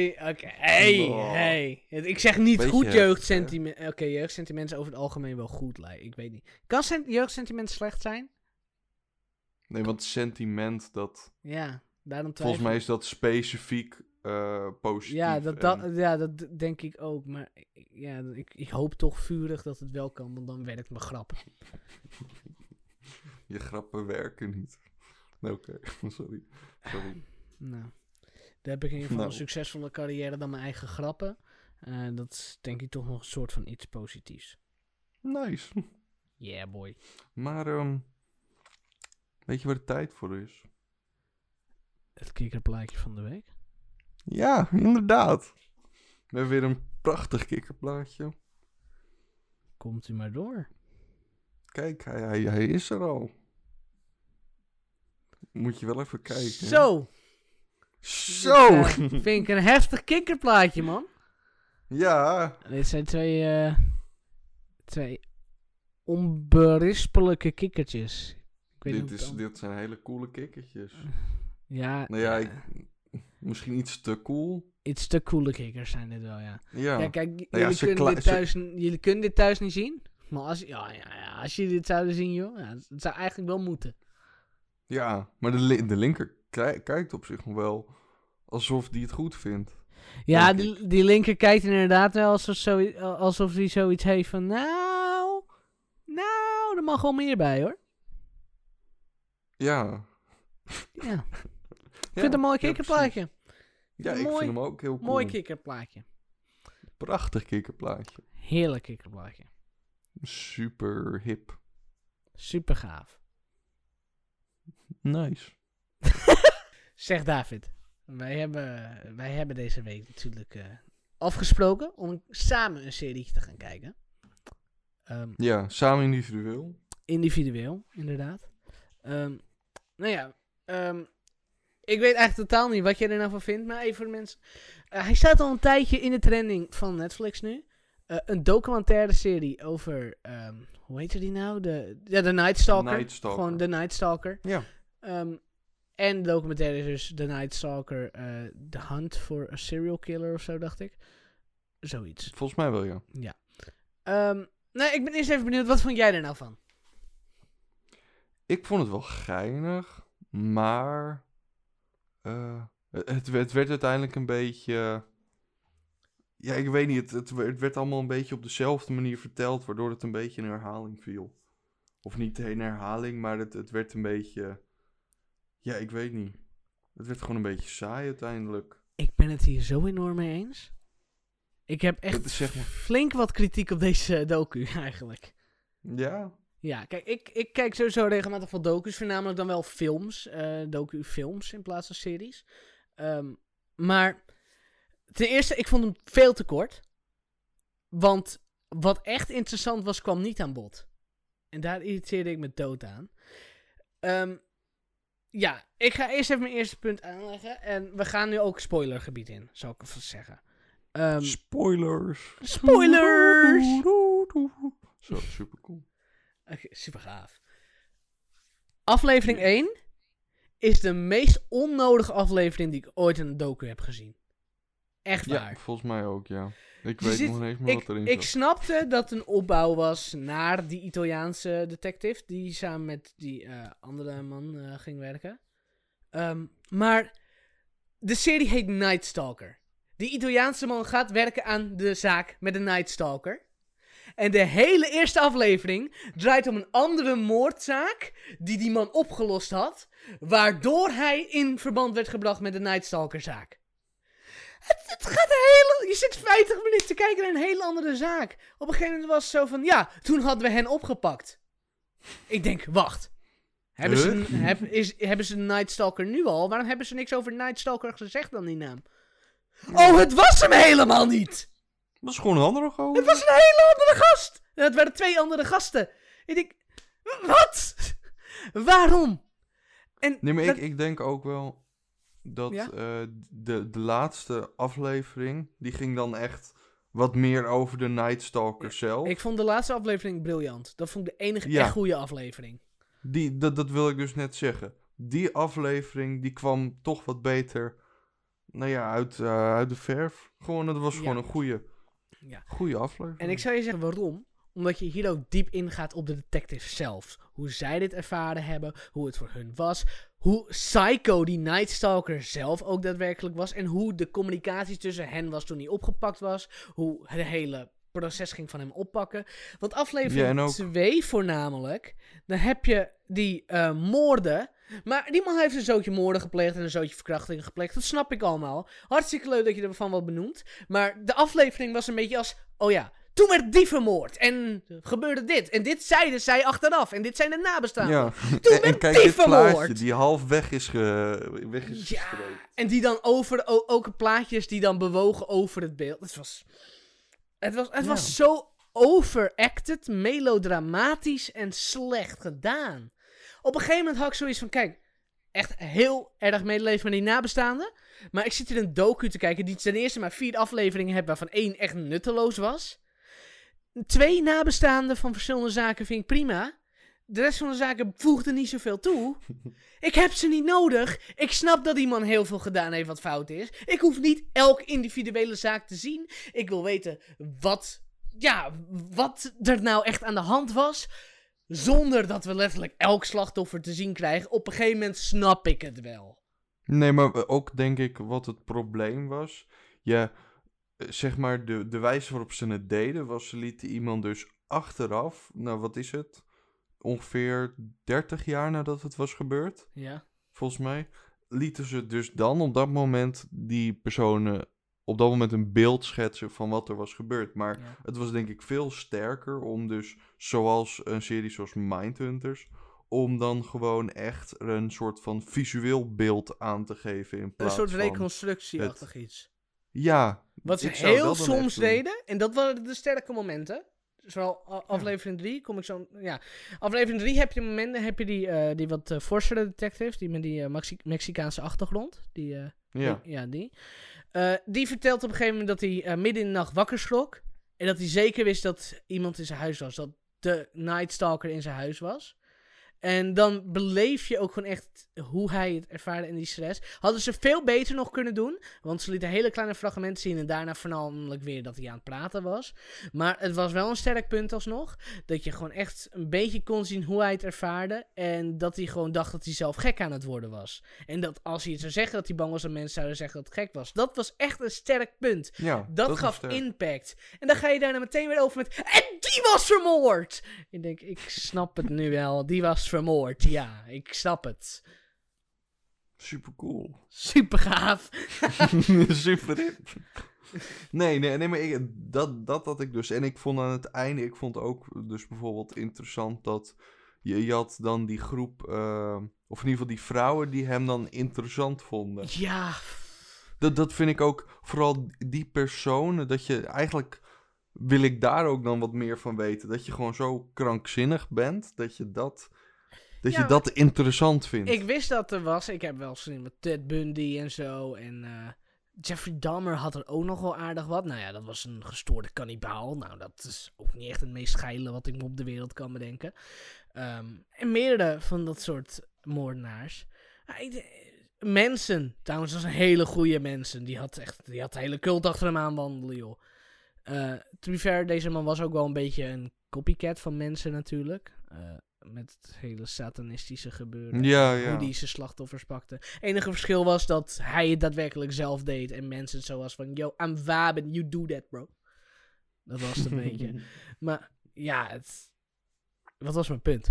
Hey. Ik zeg niet Beetje goed heftig, jeugdsentiment. Oké, jeugdsentiment is over het algemeen wel goed. Ik weet niet. Kan jeugdsentiment slecht zijn? Nee, want sentiment, dat... Ja, daarom twijfel Volgens mij is dat specifiek positief. Ja, en- dat denk ik ook. Maar ja, ik hoop toch vurig dat het wel kan, want dan werkt mijn grap. Je grappen werken niet. Nee, oké. Sorry. Nou, daar heb ik in ieder geval Nou. een succesvolle carrière dan mijn eigen grappen. Dat is denk ik toch nog een soort van iets positiefs. Nice. Yeah, boy. Maar, weet je waar de tijd voor is? Het kikkerplaatje van de week. Ja, inderdaad. We hebben weer een prachtig kikkerplaatje. Komt u maar door. Kijk, hij is er al. Moet je wel even kijken. Zo! Zo! Dit, vind ik een heftig kikkerplaatje, man. Ja. Dit zijn twee onberispelijke kikkertjes. Ik weet niet hoe het Dit zijn hele coole kikkertjes. Ja, Nou ja, misschien iets te cool. iets te coole kikkers zijn dit wel, ja. Ja. Ja, kijk, Nou ja, jullie kunnen dit thuis niet zien. Maar als jullie dit zouden zien, joh. Ja, het zou eigenlijk wel moeten. Ja, maar de linker kijkt op zich nog wel alsof die het goed vindt. Ja, Denk die linker kijkt inderdaad wel alsof hij zoiets heeft van... Nou, er mag wel meer bij, hoor. Ja. Ja. Ik vind het een mooi kikkerplaatje. Ja, ik Mooi- vind hem ook heel cool. Mooi kikkerplaatje. Prachtig kikkerplaatje. Heerlijk kikkerplaatje. Super hip. Super gaaf. Nice. Zeg David, wij hebben deze week natuurlijk afgesproken om samen een serietje te gaan kijken. Ja, samen individueel. Individueel, inderdaad. Nou ja, ik weet eigenlijk totaal niet wat jij er nou van vindt, maar even voor de mensen. Hij staat al een tijdje in de trending van Netflix nu. Een documentaire serie over, hoe heette die nou? De Night Stalker. Night Stalker. Gewoon de Night Stalker. Ja. En de documentaire is dus The Night Stalker, The Hunt for a Serial Killer of zo, dacht ik. Zoiets. Volgens mij wel, ja. Ja. Nee, ik ben eerst even benieuwd, wat vond jij er nou van? Ik vond het wel geinig, maar het werd uiteindelijk een beetje... Ja, ik weet niet, het werd allemaal een beetje op dezelfde manier verteld, waardoor het een beetje in herhaling viel. Of niet in herhaling, maar het werd een beetje... Ja, ik weet niet. Het werd gewoon een beetje saai uiteindelijk. Ik ben het hier zo enorm mee eens. Ik heb echt Dat is zeg maar- flink wat kritiek op deze docu, eigenlijk. Ja? Ja, kijk, ik kijk sowieso regelmatig veel docu's, voornamelijk dan wel films. Docu-films in plaats van series. Maar ten eerste, ik vond hem veel te kort. Want wat echt interessant was, kwam niet aan bod. En daar irriteerde ik me dood aan. Ja, ik ga eerst even mijn eerste punt aanleggen. En we gaan nu ook spoilergebied in, zal ik even zeggen. Spoilers! Spoilers! Zo, super cool. Oké, super gaaf. Aflevering 1 is de meest onnodige aflevering die ik ooit in een docu heb gezien. Echt waar. Ja, volgens mij ook, ja. Ik Je weet zit- nog niet eens meer wat erin Ik zat. snapte dat een opbouw was naar die Italiaanse detective die samen met die andere man ging werken. Maar de serie heet Night Stalker. Die Italiaanse man gaat werken aan de zaak met de Night Stalker. En de hele eerste aflevering draait om een andere moordzaak die man opgelost had, waardoor hij in verband werd gebracht met de Night Stalker zaak. Het gaat je zit 50 minuten te kijken naar een hele andere zaak. Op een gegeven moment was het zo van, ja, toen hadden we hen opgepakt. Ik denk, wacht. Hebben ze een Night Stalker nu al? Waarom hebben ze niks over Night Stalker gezegd dan die naam? Oh, het was hem helemaal niet! Dat is gewoon een andere gozer. Het was een hele andere gast! En het waren 2 andere gasten. Ik denk, wat? Waarom? En Nee, maar dat- ik denk ook wel dat Ja? de laatste aflevering, die ging dan echt wat meer over de Night Stalker zelf. Ik vond de laatste aflevering briljant. Dat vond ik de enige Ja. echt goede aflevering. Dat wil ik dus net zeggen. Die aflevering, die kwam toch wat beter, nou ja, uit de verf. Gewoon, het was Ja. gewoon een Ja. goede aflevering. En ik zou je zeggen waarom. Omdat je hier ook diep ingaat op de detectives zelf. Hoe zij dit ervaren hebben. Hoe het voor hun was. Hoe psycho die Night Stalker zelf ook daadwerkelijk was. En hoe de communicatie tussen hen was toen hij opgepakt was. Hoe het hele proces ging van hem oppakken. Want Ja, en aflevering ook- 2 voornamelijk. Dan heb je die moorden. Maar die man heeft een zootje moorden gepleegd en een zootje verkrachtingen gepleegd. Dat snap ik allemaal. Hartstikke leuk dat je ervan wat benoemt. Maar de aflevering was een beetje als, oh ja, toen werd die vermoord. En gebeurde dit. En dit zeiden zij achteraf. En dit zijn de nabestaanden. Ja, Toen en werd kijk die dit plaatje, vermoord. die half weg is Ja, gestreept. en die dan ook plaatjes die dan bewogen over het beeld. Het was zo overacted, melodramatisch en slecht gedaan. Op een gegeven moment had ik zoiets van, kijk, echt heel erg medeleven met die nabestaanden. Maar ik zit in een docu te kijken die ten eerste maar 4 afleveringen heeft, waarvan 1 echt nutteloos was. 2 nabestaanden van verschillende zaken vind ik prima. De rest van de zaken voegde niet zoveel toe. Ik heb ze niet nodig. Ik snap dat die man heel veel gedaan heeft wat fout is. Ik hoef niet elk individuele zaak te zien. Ik wil weten wat er nou echt aan de hand was. Zonder dat we letterlijk elk slachtoffer te zien krijgen. Op een gegeven moment snap ik het wel. Nee, maar ook denk ik wat het probleem was. Ja, zeg maar de wijze waarop ze het deden was, ze lieten iemand dus achteraf, nou wat is het? Ongeveer 30 jaar nadat het was gebeurd, Ja. volgens mij. Lieten ze dus dan op dat moment die personen op dat moment een beeld schetsen van wat er was gebeurd. Maar Ja. het was denk ik veel sterker om dus, zoals een serie zoals Mindhunters, om dan gewoon echt een soort van visueel beeld aan te geven in Een plaats soort van... reconstructieachtig iets. Ja. Wat ze ik zou dat heel dan soms echt doen. deden. En dat waren de sterke momenten. Zowel aflevering 3 kom ik zo... Ja. Aflevering 3 heb je momenten... Heb je die wat forsere detective. Die met die Mexicaanse achtergrond. Die vertelt op een gegeven moment dat hij midden in de nacht wakker schrok. En dat hij zeker wist dat iemand in zijn huis was. Dat de Night Stalker in zijn huis was. En dan beleef je ook gewoon echt hoe hij het ervaarde in die stress. Hadden ze veel beter nog kunnen doen. Want ze lieten hele kleine fragmenten zien. En daarna voornamelijk weer dat hij aan het praten was. Maar het was wel een sterk punt alsnog. Dat je gewoon echt een beetje kon zien hoe hij het ervaarde. En dat hij gewoon dacht dat hij zelf gek aan het worden was. En dat als hij het zou zeggen dat hij bang was dat mensen zouden zeggen dat het gek was. Dat was echt een sterk punt. Ja, Dat was gaf sterk. impact. En dan ga je daarna meteen weer over met... En die was vermoord! Ik denk, ik snap het nu wel. Die was vermoord. Ja, ik snap het. Super cool. Super gaaf. Super hip. Nee, maar dat had ik dus. En ik vond aan het einde, ik vond ook dus bijvoorbeeld interessant dat je had dan die groep, of in ieder geval die vrouwen die hem dan interessant vonden. Ja. Dat vind ik ook, vooral die personen, dat je eigenlijk, wil ik daar ook dan wat meer van weten. Dat je gewoon zo krankzinnig bent, dat je dat interessant vindt. Ik wist dat er was. Ik heb wel eens gezien met Ted Bundy en zo. En Jeffrey Dahmer had er ook nog wel aardig wat. Nou ja, dat was een gestoorde kannibaal. Nou, dat is ook niet echt het meest geile wat ik me op de wereld kan bedenken. En meerdere van dat soort moordenaars. Manson, trouwens, was een hele goede Manson. Die had de hele cult achter hem aanwandelen, joh. To be fair, deze man was ook wel een beetje een copycat van Manson natuurlijk. Met het hele satanistische gebeuren. Ja. Hoe die zijn slachtoffers pakte. Enige verschil was dat hij het daadwerkelijk zelf deed. En Manson zo was van, yo, I'm vibing, you do that, bro. Dat was het een beetje. Maar ja, wat was mijn punt?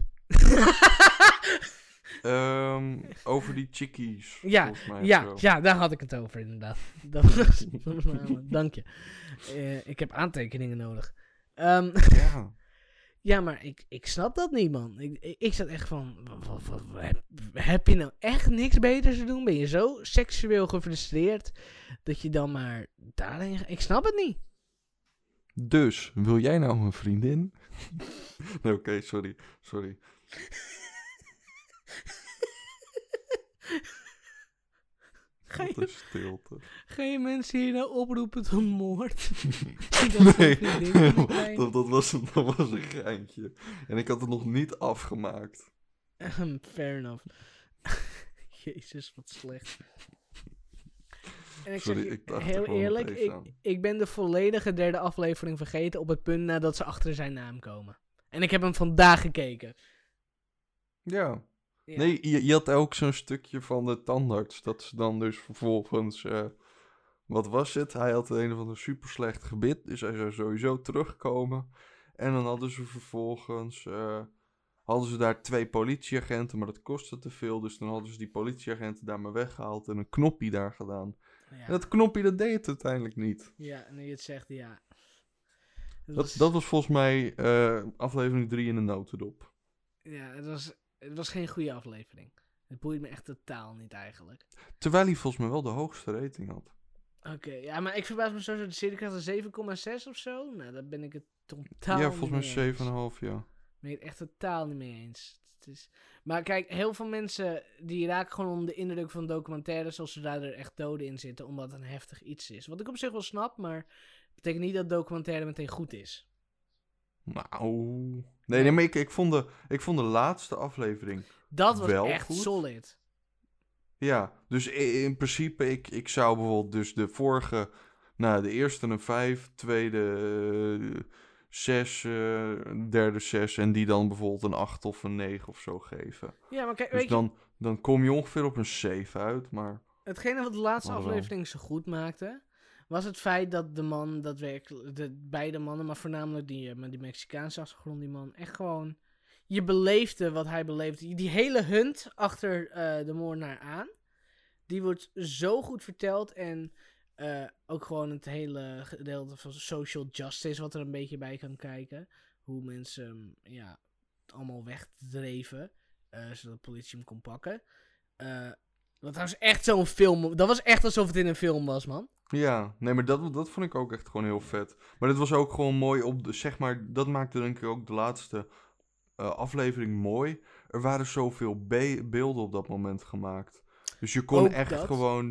Over die chickies. Ja, volgens mij of zo. ja, daar had ik het over inderdaad. Dat was dank je. Ik heb aantekeningen nodig. Ja. Ja, maar ik snap dat niet, man. Ik zat echt van, heb je nou echt niks beters te doen? Ben je zo seksueel gefrustreerd dat je dan maar daarin... Ik snap het niet. Dus, wil jij nou een vriendin? Nee, oké, sorry. Wat een stilte. Ga je mensen hier nou oproepen tot moord? Nee, dat was een geintje. En ik had het nog niet afgemaakt. Fair enough. Jezus, wat slecht. En ik Sorry, zeg je, ik dacht er heel gewoon eerlijk, opeens aan. ik ben de volledige derde aflevering vergeten op het punt nadat ze achter zijn naam komen. En ik heb hem vandaag gekeken. Ja. Ja. Nee, je had ook zo'n stukje van de tandarts. Dat ze dan dus vervolgens... wat was het? Hij had een of ander super slecht gebit. Dus hij zou sowieso terugkomen. En dan hadden ze vervolgens... hadden ze daar 2 politieagenten, maar dat kostte te veel. Dus dan hadden ze die politieagenten daar maar weggehaald en een knoppie daar gedaan. Ja. En dat knoppie, dat deed het uiteindelijk niet. Ja, nu je het zegt, ja. Dat was volgens mij aflevering 3 in de notendop. Ja, het was geen goede aflevering. Het boeit me echt totaal niet eigenlijk. Terwijl hij volgens mij wel de hoogste rating had. Oké, ja, maar ik verbaas me zo. De serie krijgt een 7,6 of zo. Nou, daar ben ik het totaal Ja, niet volgens mee mij eens. 7,5, ja. Ben ik het echt totaal niet mee eens. Het is... Maar kijk, heel veel mensen die raken gewoon onder de indruk van documentaires als zodra er echt doden in zitten, omdat het een heftig iets is. Wat ik op zich wel snap, maar betekent niet dat documentaire meteen goed is. Nou... Nee, maar ik vond de laatste aflevering Dat was wel echt goed. solid. Ja, dus in principe, ik zou bijvoorbeeld dus de vorige... Nou, de eerste een 5, tweede 6, derde 6 en die dan bijvoorbeeld een 8 of een 9 of zo geven. Ja, maar kijk, Dus weet je, dan kom je ongeveer op een 7 uit, maar... hetgene wat de laatste Wel. aflevering zo goed maakte, was het feit dat de man daadwerkelijk, beide mannen, maar voornamelijk die Mexicaanse achtergrond, die man, echt gewoon, je beleefde wat hij beleefde. Die hele hunt achter de moordenaar aan, die wordt zo goed verteld en ook gewoon het hele gedeelte van social justice wat er een beetje bij kan kijken. Hoe mensen, allemaal wegdreven, zodat de politie hem kon pakken. Dat was echt zo'n film. Dat was echt alsof het in een film was, man. Ja, nee, maar dat vond ik ook echt gewoon heel vet. Maar dit was ook gewoon mooi op de, zeg maar, dat maakte denk ik ook de laatste aflevering mooi. Er waren zoveel beelden op dat moment gemaakt. Dus je kon Ook echt dat. gewoon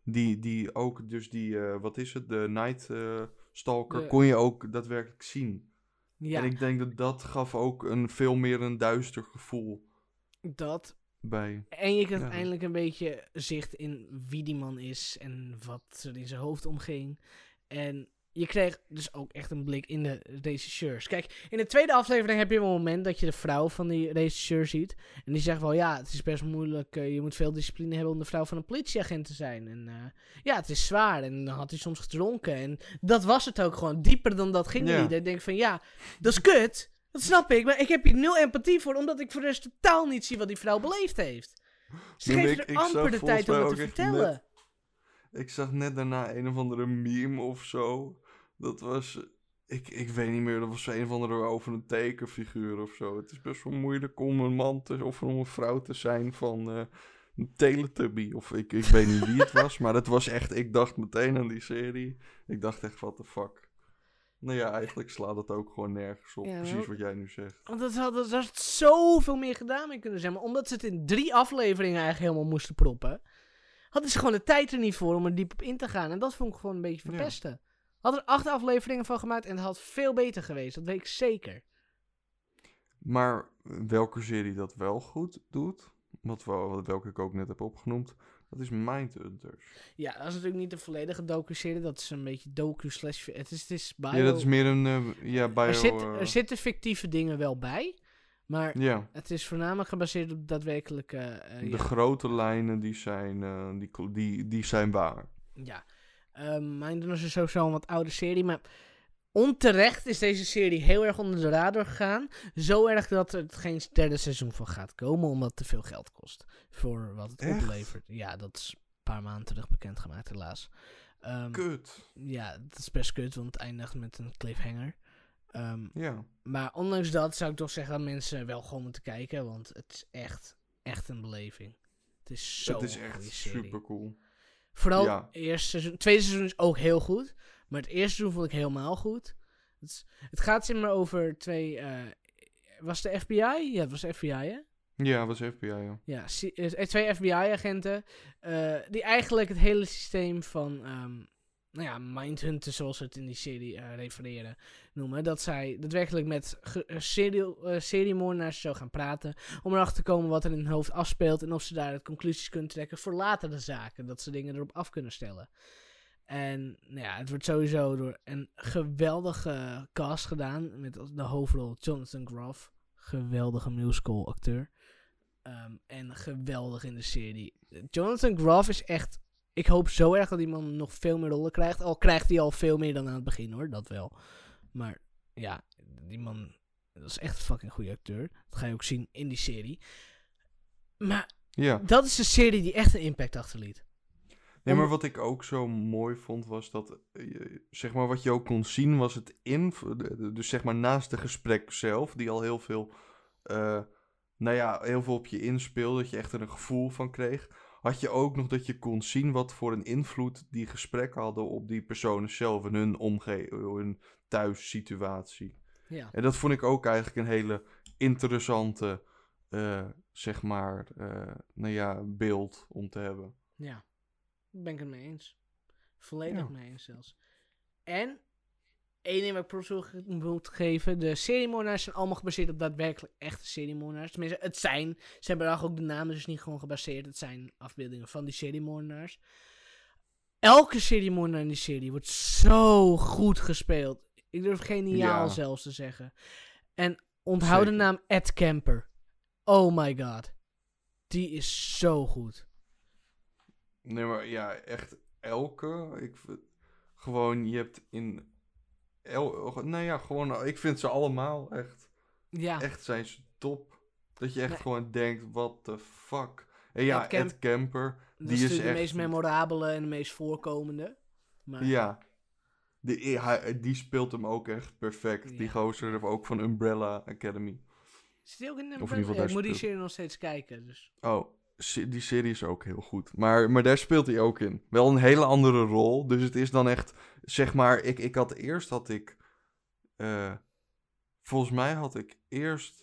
wat is het, de Night Stalker, De- kon je ook daadwerkelijk zien. Ja, En ik denk dat gaf ook veel meer een duister gevoel dat. bij. En je kreeg Ja. eindelijk een beetje zicht in wie die man is en wat er in zijn hoofd omging. En je kreeg dus ook echt een blik in de regisseurs. Kijk, in de tweede aflevering heb je wel een moment dat je de vrouw van die regisseur ziet. En die zegt wel, ja, het is best moeilijk. Je moet veel discipline hebben om de vrouw van een politieagent te zijn. En ja, het is zwaar. En dan had hij soms gedronken. En dat was het ook gewoon. Dieper dan dat ging Ja. niet. Ik denk van, ja, dat is kut. Dat snap ik. Maar ik heb hier nul empathie voor, omdat ik voor de rest totaal niet zie wat die vrouw beleefd heeft. Ze Nee, maar geeft ik er zag amper de volgens tijd om mij het te ook echt vertellen. Ik zag net daarna een of andere meme of zo. Dat was... Ik weet niet meer, dat was een of andere over een tekenfiguur of zo. Het is best wel moeilijk om een man of om een vrouw te zijn van een Teletubby. Of ik weet niet wie het was, maar het was echt... Ik dacht meteen aan die serie. Ik dacht echt, what the fuck. Nou ja, eigenlijk slaat het ook gewoon nergens op. Ja, Precies wel- wat jij nu zegt. Want dat had zoveel meer gedaan mee kunnen zijn. Maar omdat ze het in 3 afleveringen eigenlijk helemaal moesten proppen, hadden ze gewoon de tijd er niet voor om er diep op in te gaan. En dat vond ik gewoon een beetje verpesten. Hadden er 8 afleveringen van gemaakt en het had veel beter geweest. Dat weet ik zeker. Maar welke serie dat wel goed doet, welke ik ook net heb opgenoemd, Dat is Mindhunters. Ja, dat is natuurlijk niet de volledige docu-serie. Dat is een beetje docu slash... Het is bio... Ja, dat is meer een bio... Er zitten fictieve dingen wel bij. Maar ja, het is voornamelijk gebaseerd op daadwerkelijke... de grote lijnen die zijn waar. Ja. Mindhunters is sowieso een wat oude serie. Maar onterecht is deze serie heel erg onder de radar gegaan. Zo erg dat er geen derde seizoen van gaat komen. Omdat het te veel geld kost. Voor wat het Echt? oplevert. Ja, dat is een paar maanden terug bekendgemaakt helaas. Kut. Ja, dat is best kut. Want het eindigt met een cliffhanger. Ja. Maar ondanks dat zou ik toch zeggen dat mensen wel gewoon moeten kijken. Want het is echt een beleving. Het is zo Het is een echt goede serie. super cool. Vooral Ja. het eerste seizoen. Het tweede seizoen is ook heel goed. Maar het eerste seizoen vond ik helemaal goed. Het gaat zeg maar over twee... was het de FBI? Ja, het was de FBI, hè? Ja, was FBI, ja. Ja, twee FBI-agenten. Die eigenlijk het hele systeem van... Mindhunter, zoals ze het in die serie refereren, noemen. Dat zij daadwerkelijk met seriemoordenaars zo gaan praten. Om erachter te komen wat er in hun hoofd afspeelt. En of ze daar conclusies kunnen trekken voor latere zaken. Dat ze dingen erop af kunnen stellen. En het wordt sowieso door een geweldige cast gedaan. Met de hoofdrol Jonathan Groff. Geweldige musical acteur. En geweldig in de serie. Jonathan Groff is echt... Ik hoop zo erg dat die man nog veel meer rollen krijgt. Al krijgt hij al veel meer dan aan het begin, hoor. Dat wel. Maar ja, die man... Dat is echt een fucking goede acteur. Dat ga je ook zien in die serie. Maar Ja. dat is een serie die echt een impact achterliet. Nee, maar wat ik ook zo mooi vond was dat, zeg maar, wat je ook kon zien was het dus zeg maar naast de gesprek zelf, die al heel veel, heel veel op je inspeelde, dat je echt er een gevoel van kreeg, had je ook nog dat je kon zien wat voor een invloed die gesprekken hadden op die personen zelf en hun thuissituatie. Ja. En dat vond ik ook eigenlijk een hele interessante, beeld om te hebben. Ja. Daar ben ik het mee eens. Volledig mee eens zelfs. En, één ding wat ik props wil geven. De seriemoordenaars zijn allemaal gebaseerd op daadwerkelijk echte seriemoordenaars. Tenminste, het zijn. Ze hebben daar ook de namen dus niet gewoon gebaseerd. Het zijn afbeeldingen van die seriemoordenaars. Elke seriemoordenaar in die serie wordt zo goed gespeeld. Ik durf geniaal zelfs te zeggen. En onthoud de naam Ed Kemper. Oh my god. Die is zo goed. Nee, maar ja, echt elke. Gewoon, je hebt in... ik vind ze allemaal echt... Ja. Echt zijn ze top. Dat je echt gewoon denkt, what the fuck. En ja, Ed Kemper. Dat is natuurlijk de meest memorabele en de meest voorkomende. Maar... Ja. Die speelt hem ook echt perfect. Ja. Die gozer ook van Umbrella Academy. Zit hij ook in Umbrella? Ik moet die serie nog steeds kijken. Dus. Oh, die serie is ook heel goed. Maar daar speelt hij ook in. Wel een hele andere rol. Dus het is dan echt, zeg maar, volgens mij had ik eerst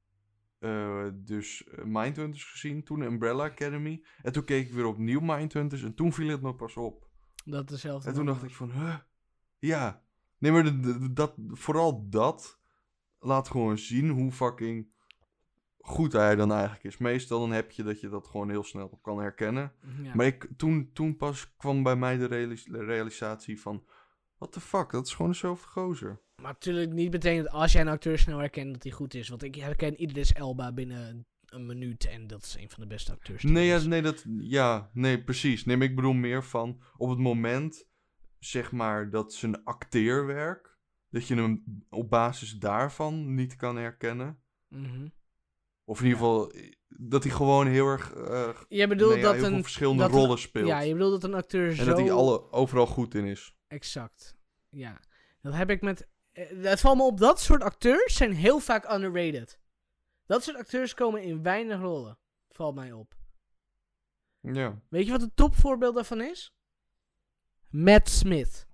Mindhunters gezien. Toen Umbrella Academy. En toen keek ik weer opnieuw Mindhunters. En toen viel het me pas op. Dat dezelfde. En toen dacht ik van, ja. Nee, maar vooral dat laat gewoon zien hoe fucking goed hij dan eigenlijk is. Meestal dan heb je dat je dat gewoon heel snel kan herkennen. Ja. Maar toen pas kwam bij mij de realisatie van... What the fuck, dat is gewoon dezelfde gozer. Maar natuurlijk niet betekent als jij een acteur snel herkent dat hij goed is. Want ik herken Idris Elba binnen een minuut en dat is een van de beste acteurs. Nee, precies. Nee, maar ik bedoel meer van op het moment, zeg maar, dat zijn acteerwerk, dat je hem op basis daarvan niet kan herkennen. Mm-hmm. Of in ieder geval, dat hij gewoon heel erg heel veel verschillende rollen speelt. Ja, je bedoelt dat een acteur en dat hij overal goed in is. Exact, ja. Dat heb ik met... Het valt me op, dat soort acteurs zijn heel vaak underrated. Dat soort acteurs komen in weinig rollen. Valt mij op. Ja. Weet je wat een topvoorbeeld daarvan is? Matt Smith.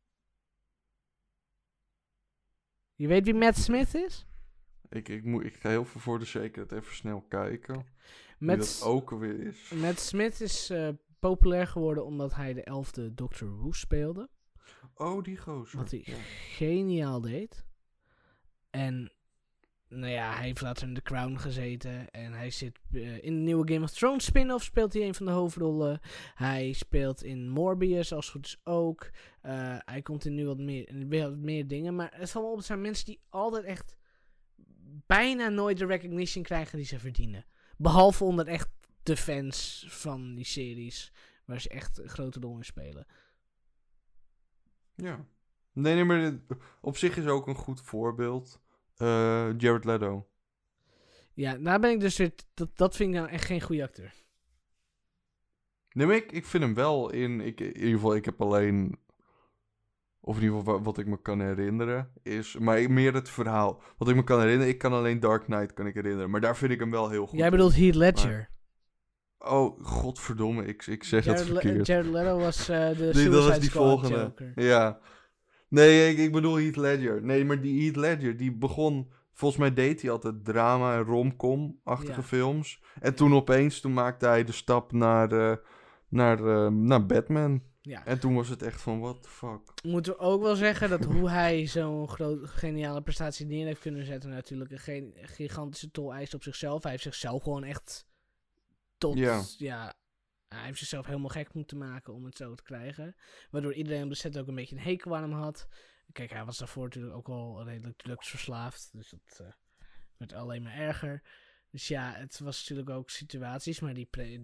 Je weet wie Matt Smith is? Ik ga heel veel voor de zekerheid even snel kijken. Wie dat ook alweer is. Matt Smith is populair geworden omdat hij de 11e Doctor Who speelde. Oh, die gozer. Wat hij geniaal deed. En Nou ja, hij heeft later in The Crown gezeten. En hij zit in de nieuwe Game of Thrones spin-off. Speelt hij een van de hoofdrollen. Hij speelt in Morbius, als het goed is ook. Hij komt in nu wat meer dingen. Maar het valt me op, het zijn mensen die altijd echt bijna nooit de recognition krijgen die ze verdienen. Behalve onder echt de fans van die series. Waar ze echt een grote rol in spelen. Ja. Nee, maar op zich is ook een goed voorbeeld. Jared Leto. Ja, daar ben ik dus weer... Dat vind ik nou echt geen goede acteur. Nee, maar ik vind hem wel in ieder geval, ik heb alleen... Of in ieder geval wat ik me kan herinneren is... Maar meer het verhaal. Wat ik me kan herinneren, ik kan alleen Dark Knight kan ik herinneren. Maar daar vind ik hem wel heel goed Jij in. bedoelt Heath Ledger. Oh, godverdomme, ik zeg het verkeerd. Jared Leto was de Nee, Suicide dat was die Squad volgende. Joker. Ja. Nee, ik bedoel Heath Ledger. Nee, maar die Heath Ledger, die begon... Volgens mij deed hij altijd drama en romcom-achtige Ja. films. En toen maakte hij de stap naar Batman. Ja. En toen was het echt van, what the fuck. Moeten we ook wel zeggen dat hoe hij zo'n geniale prestatie neer heeft kunnen zetten natuurlijk een gigantische tol eist op zichzelf. Hij heeft zichzelf gewoon echt tot... Ja, hij heeft zichzelf helemaal gek moeten maken om het zo te krijgen. Waardoor iedereen op de set ook een beetje een hekel aan hem had. Kijk, hij was daarvoor natuurlijk ook al redelijk drugsverslaafd. Dus dat werd alleen maar erger. Dus ja, het was natuurlijk ook situaties. Maar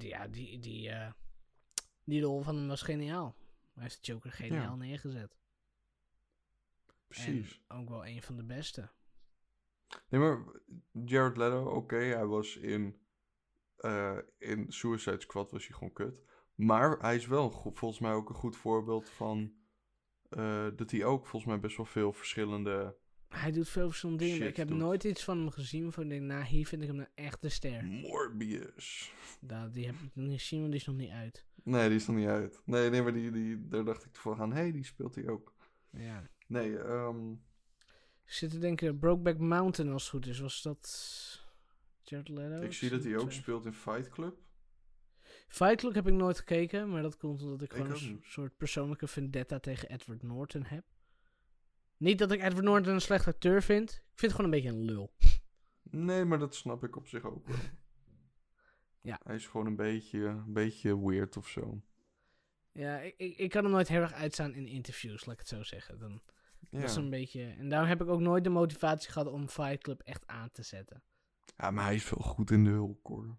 die rol van hem was geniaal. Hij heeft de Joker geniaal neergezet. Precies. En ook wel een van de beste. Nee, maar Jared Leto, oké, hij was in Suicide Squad was hij gewoon kut. Maar hij is wel volgens mij ook een goed voorbeeld van... dat hij ook volgens mij best wel veel verschillende... Hij doet veel verschillende dingen, maar ik heb doet. nooit iets van hem gezien waarvan ik denk, nou, hier vind ik hem nou echt de ster. Morbius. Die heb ik nog niet gezien, want die is nog niet uit. Nee, die is nog niet uit. Nee, maar daar dacht ik van aan, die speelt hij ook. Ja. Nee, Ik zit te denken, Brokeback Mountain als het goed is, was dat Jared Leto? ik zie dat hij ook speelt in Fight Club. Fight Club heb ik nooit gekeken, maar dat komt omdat ik Ik gewoon ook een niet. soort persoonlijke vendetta tegen Edward Norton heb. Niet dat ik Edward Norton een slecht acteur vind. Ik vind het gewoon een beetje een lul. Nee, maar dat snap ik op zich ook wel. Ja. Hij is gewoon een beetje weird of zo. Ja, ik kan hem nooit heel erg uitstaan in interviews, laat ik het zo zeggen. Dat is een beetje... En daarom heb ik ook nooit de motivatie gehad om Fight Club echt aan te zetten. Ja, maar hij is wel goed in de hulk, hoor.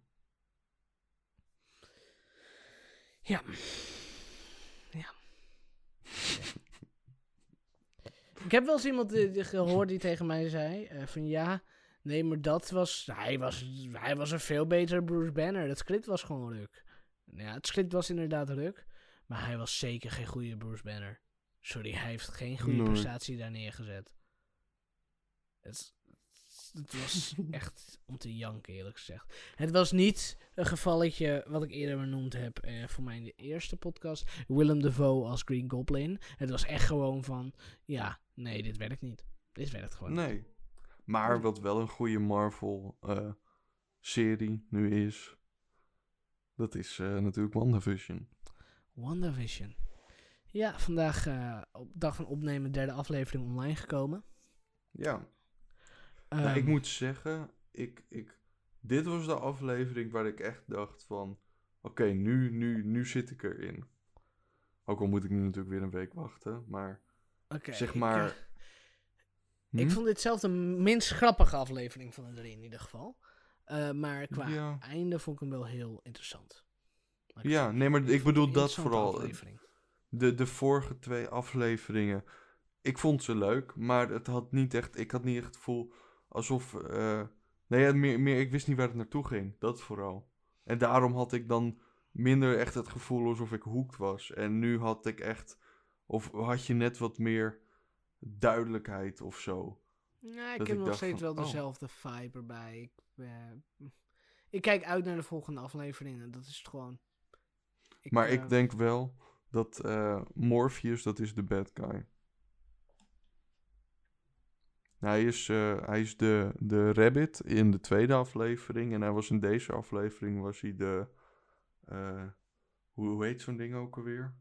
Ja. Ik heb wel eens iemand gehoord die tegen mij zei... van ja, nee, maar dat was... Hij was een veel betere Bruce Banner. Het script was gewoon ruk. Ja, het script was inderdaad ruk. Maar hij was zeker geen goede Bruce Banner. Sorry, hij heeft geen goede prestatie daar neergezet. Het was echt om te janken, eerlijk gezegd. Het was niet een gevalletje wat ik eerder benoemd heb voor mij in de eerste podcast. Willem Dafoe als Green Goblin. Het was echt gewoon van, ja, nee, dit werkt niet. Dit werkt gewoon niet. Nee. Maar wat wel een goede Marvel-serie nu is, dat is natuurlijk WandaVision. WandaVision. Ja, vandaag op dag van opnemen derde aflevering online gekomen. Ja. Nou, ik moet zeggen, dit was de aflevering waar ik echt dacht van... Oké, nu zit ik erin. Ook al moet ik nu natuurlijk weer een week wachten, maar... zeg maar... Ik vond dit zelf de minst grappige aflevering van de drie in ieder geval. Maar qua einde vond ik hem wel heel interessant. Ja, nee, maar ik bedoel dat vooral. De vorige 2 afleveringen, ik vond ze leuk, maar ik had niet echt het gevoel alsof... meer, ik wist niet waar het naartoe ging, dat vooral. En daarom had ik dan minder echt het gevoel alsof ik hooked was. En nu had ik echt... Of had je net wat meer duidelijkheid of zo. Ja, ik heb nog steeds wel dezelfde vibe erbij. Ik kijk uit naar de volgende afleveringen. Dat is het gewoon. Maar ik denk wel dat Morpheus, dat is de bad guy. Hij is de rabbit in de tweede aflevering. En hij was in deze aflevering was hij de... hoe heet zo'n ding ook alweer?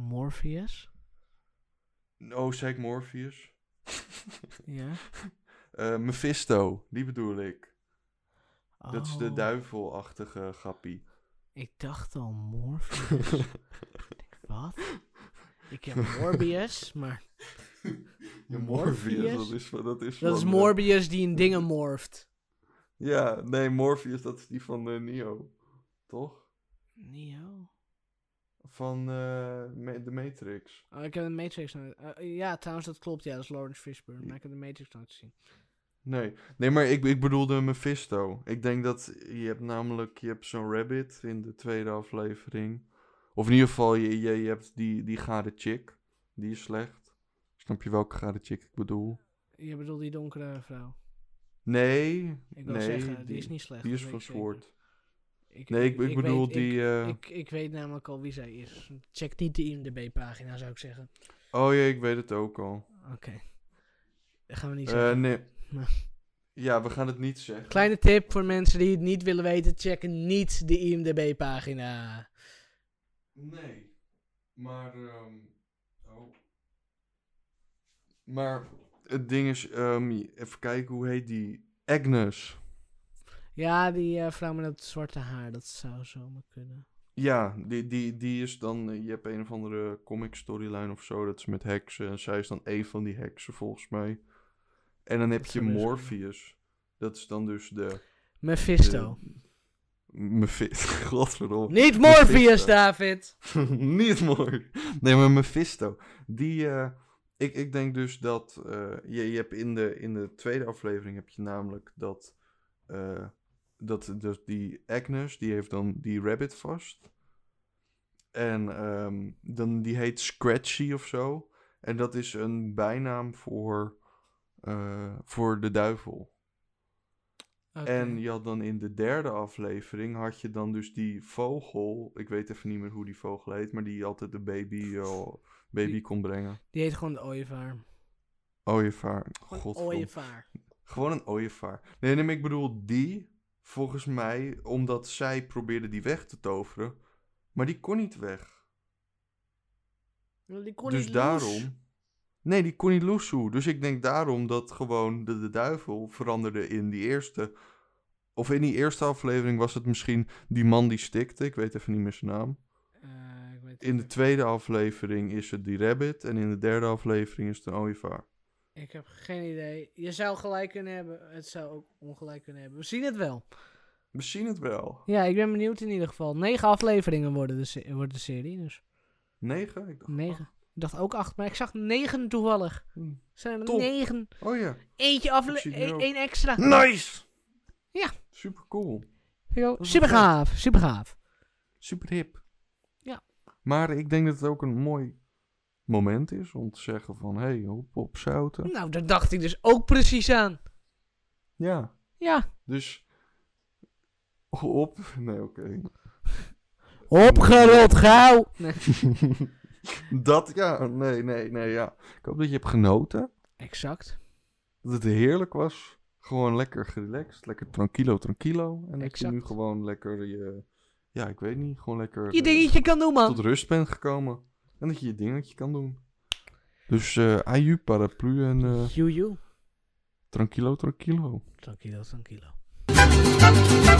Morpheus? Oh, zei ik Morpheus? Ja. Mephisto, die bedoel ik. Dat is de Oh, duivelachtige grappie. Ik dacht al Morpheus. Ik denk, wat? Ik heb Morbius, maar... Ja, Morpheus? dat is Dat is van, Morbius die in dingen morft. ja, nee, Morpheus, dat is die van Neo. Toch? Neo? Van de Matrix. Oh, ik heb de Matrix nooit... ja, trouwens, dat klopt. Ja, dat is Lawrence Fishburne. Maar ik heb de Matrix nooit gezien. Nee, maar ik bedoelde Mephisto. Ik denk dat je hebt zo'n rabbit in de tweede aflevering. Of in ieder geval, je hebt die gare chick. Die is slecht. Snap je welke gare chick ik bedoel? Je bedoelt die donkere vrouw. Nee, Ik wil zeggen, die is niet slecht. die dat is weet van ik zeker. Sword. Nee, ik bedoel weet, die... Ik weet namelijk al wie zij is. Check niet de IMDb-pagina, zou ik zeggen. Oh ja, ik weet het ook al. Oké. Dat gaan we niet zeggen. Nee. Maar- Ja, we gaan het niet zeggen. Kleine tip voor mensen die het niet willen weten. Check niet de IMDb-pagina. Nee. Maar... Maar het ding is... even kijken, hoe heet die? Agnes. Ja, die vrouw met dat zwarte haar. Dat zou zomaar kunnen. Ja, die is dan... je hebt een of andere comic storyline of zo. Dat is met heksen. En zij is dan een van die heksen, volgens mij. En dan heb Dat je zou best Morpheus. Dat is dan dus de... Mephisto. Godverdomme. Niet Morpheus, Mephisto. David! Niet mooi. Nee, maar Mephisto. Die... ik denk dus dat... je hebt in de tweede aflevering heb je namelijk dat... dus die Agnes, die heeft dan die rabbit vast. En dan die heet Scratchy of zo. En dat is een bijnaam voor de duivel. Oké. En je had dan in de derde aflevering had je dan dus die vogel. Ik weet even niet meer hoe die vogel heet, maar die altijd de baby kon brengen. Die heet gewoon de ooievaar. Ooievaar. Gewoon Godverdomme. ooievaar. Gewoon een ooievaar. Nee, maar ik bedoel die, volgens mij, omdat zij probeerde die weg te toveren. Maar die kon niet weg. Die kon Dus niet daarom... Nee, die kon niet loesoe. Dus ik denk daarom dat gewoon de duivel veranderde in die eerste... Of in die eerste aflevering was het misschien die man die stikte. Ik weet even niet meer zijn naam. Ik weet In de tweede aflevering is het die rabbit. En in de derde aflevering is het een ooievaar. Ik heb geen idee. Je zou gelijk kunnen hebben. Het zou ook ongelijk kunnen hebben. We zien het wel. We zien het wel. Ja, ik ben benieuwd in ieder geval. 9 afleveringen wordt de serie. Dus 9? Ik dacht 9. Ik dacht ook 8, maar ik zag 9 toevallig. Zijn er Top. 9? Oh ja. Eentje Ik zie het nu ook. één extra. Nice! Ja. Super cool. is Super wel gaaf. Super gaaf. Super hip. Ja. Maar ik denk dat het ook een mooi moment is om te zeggen van... Hé, hey, op zouten. Nou, daar dacht ik dus ook precies aan. Ja. Ja. Dus... Op... Nee, oké. Opgerot gauw. Nee. Dat, ja. Nee, ja. Ik hoop dat je hebt genoten. Exact. Dat het heerlijk was. Gewoon lekker gerelaxed. Lekker tranquilo. En dat Exact. je nu gewoon lekker je... Ja, ik weet niet. Gewoon lekker... Je dingetje kan doen, man. tot rust bent gekomen. En dat je je dingetje kan doen. Dus aju, paraplu en Joe. tranquilo. Tranquilo.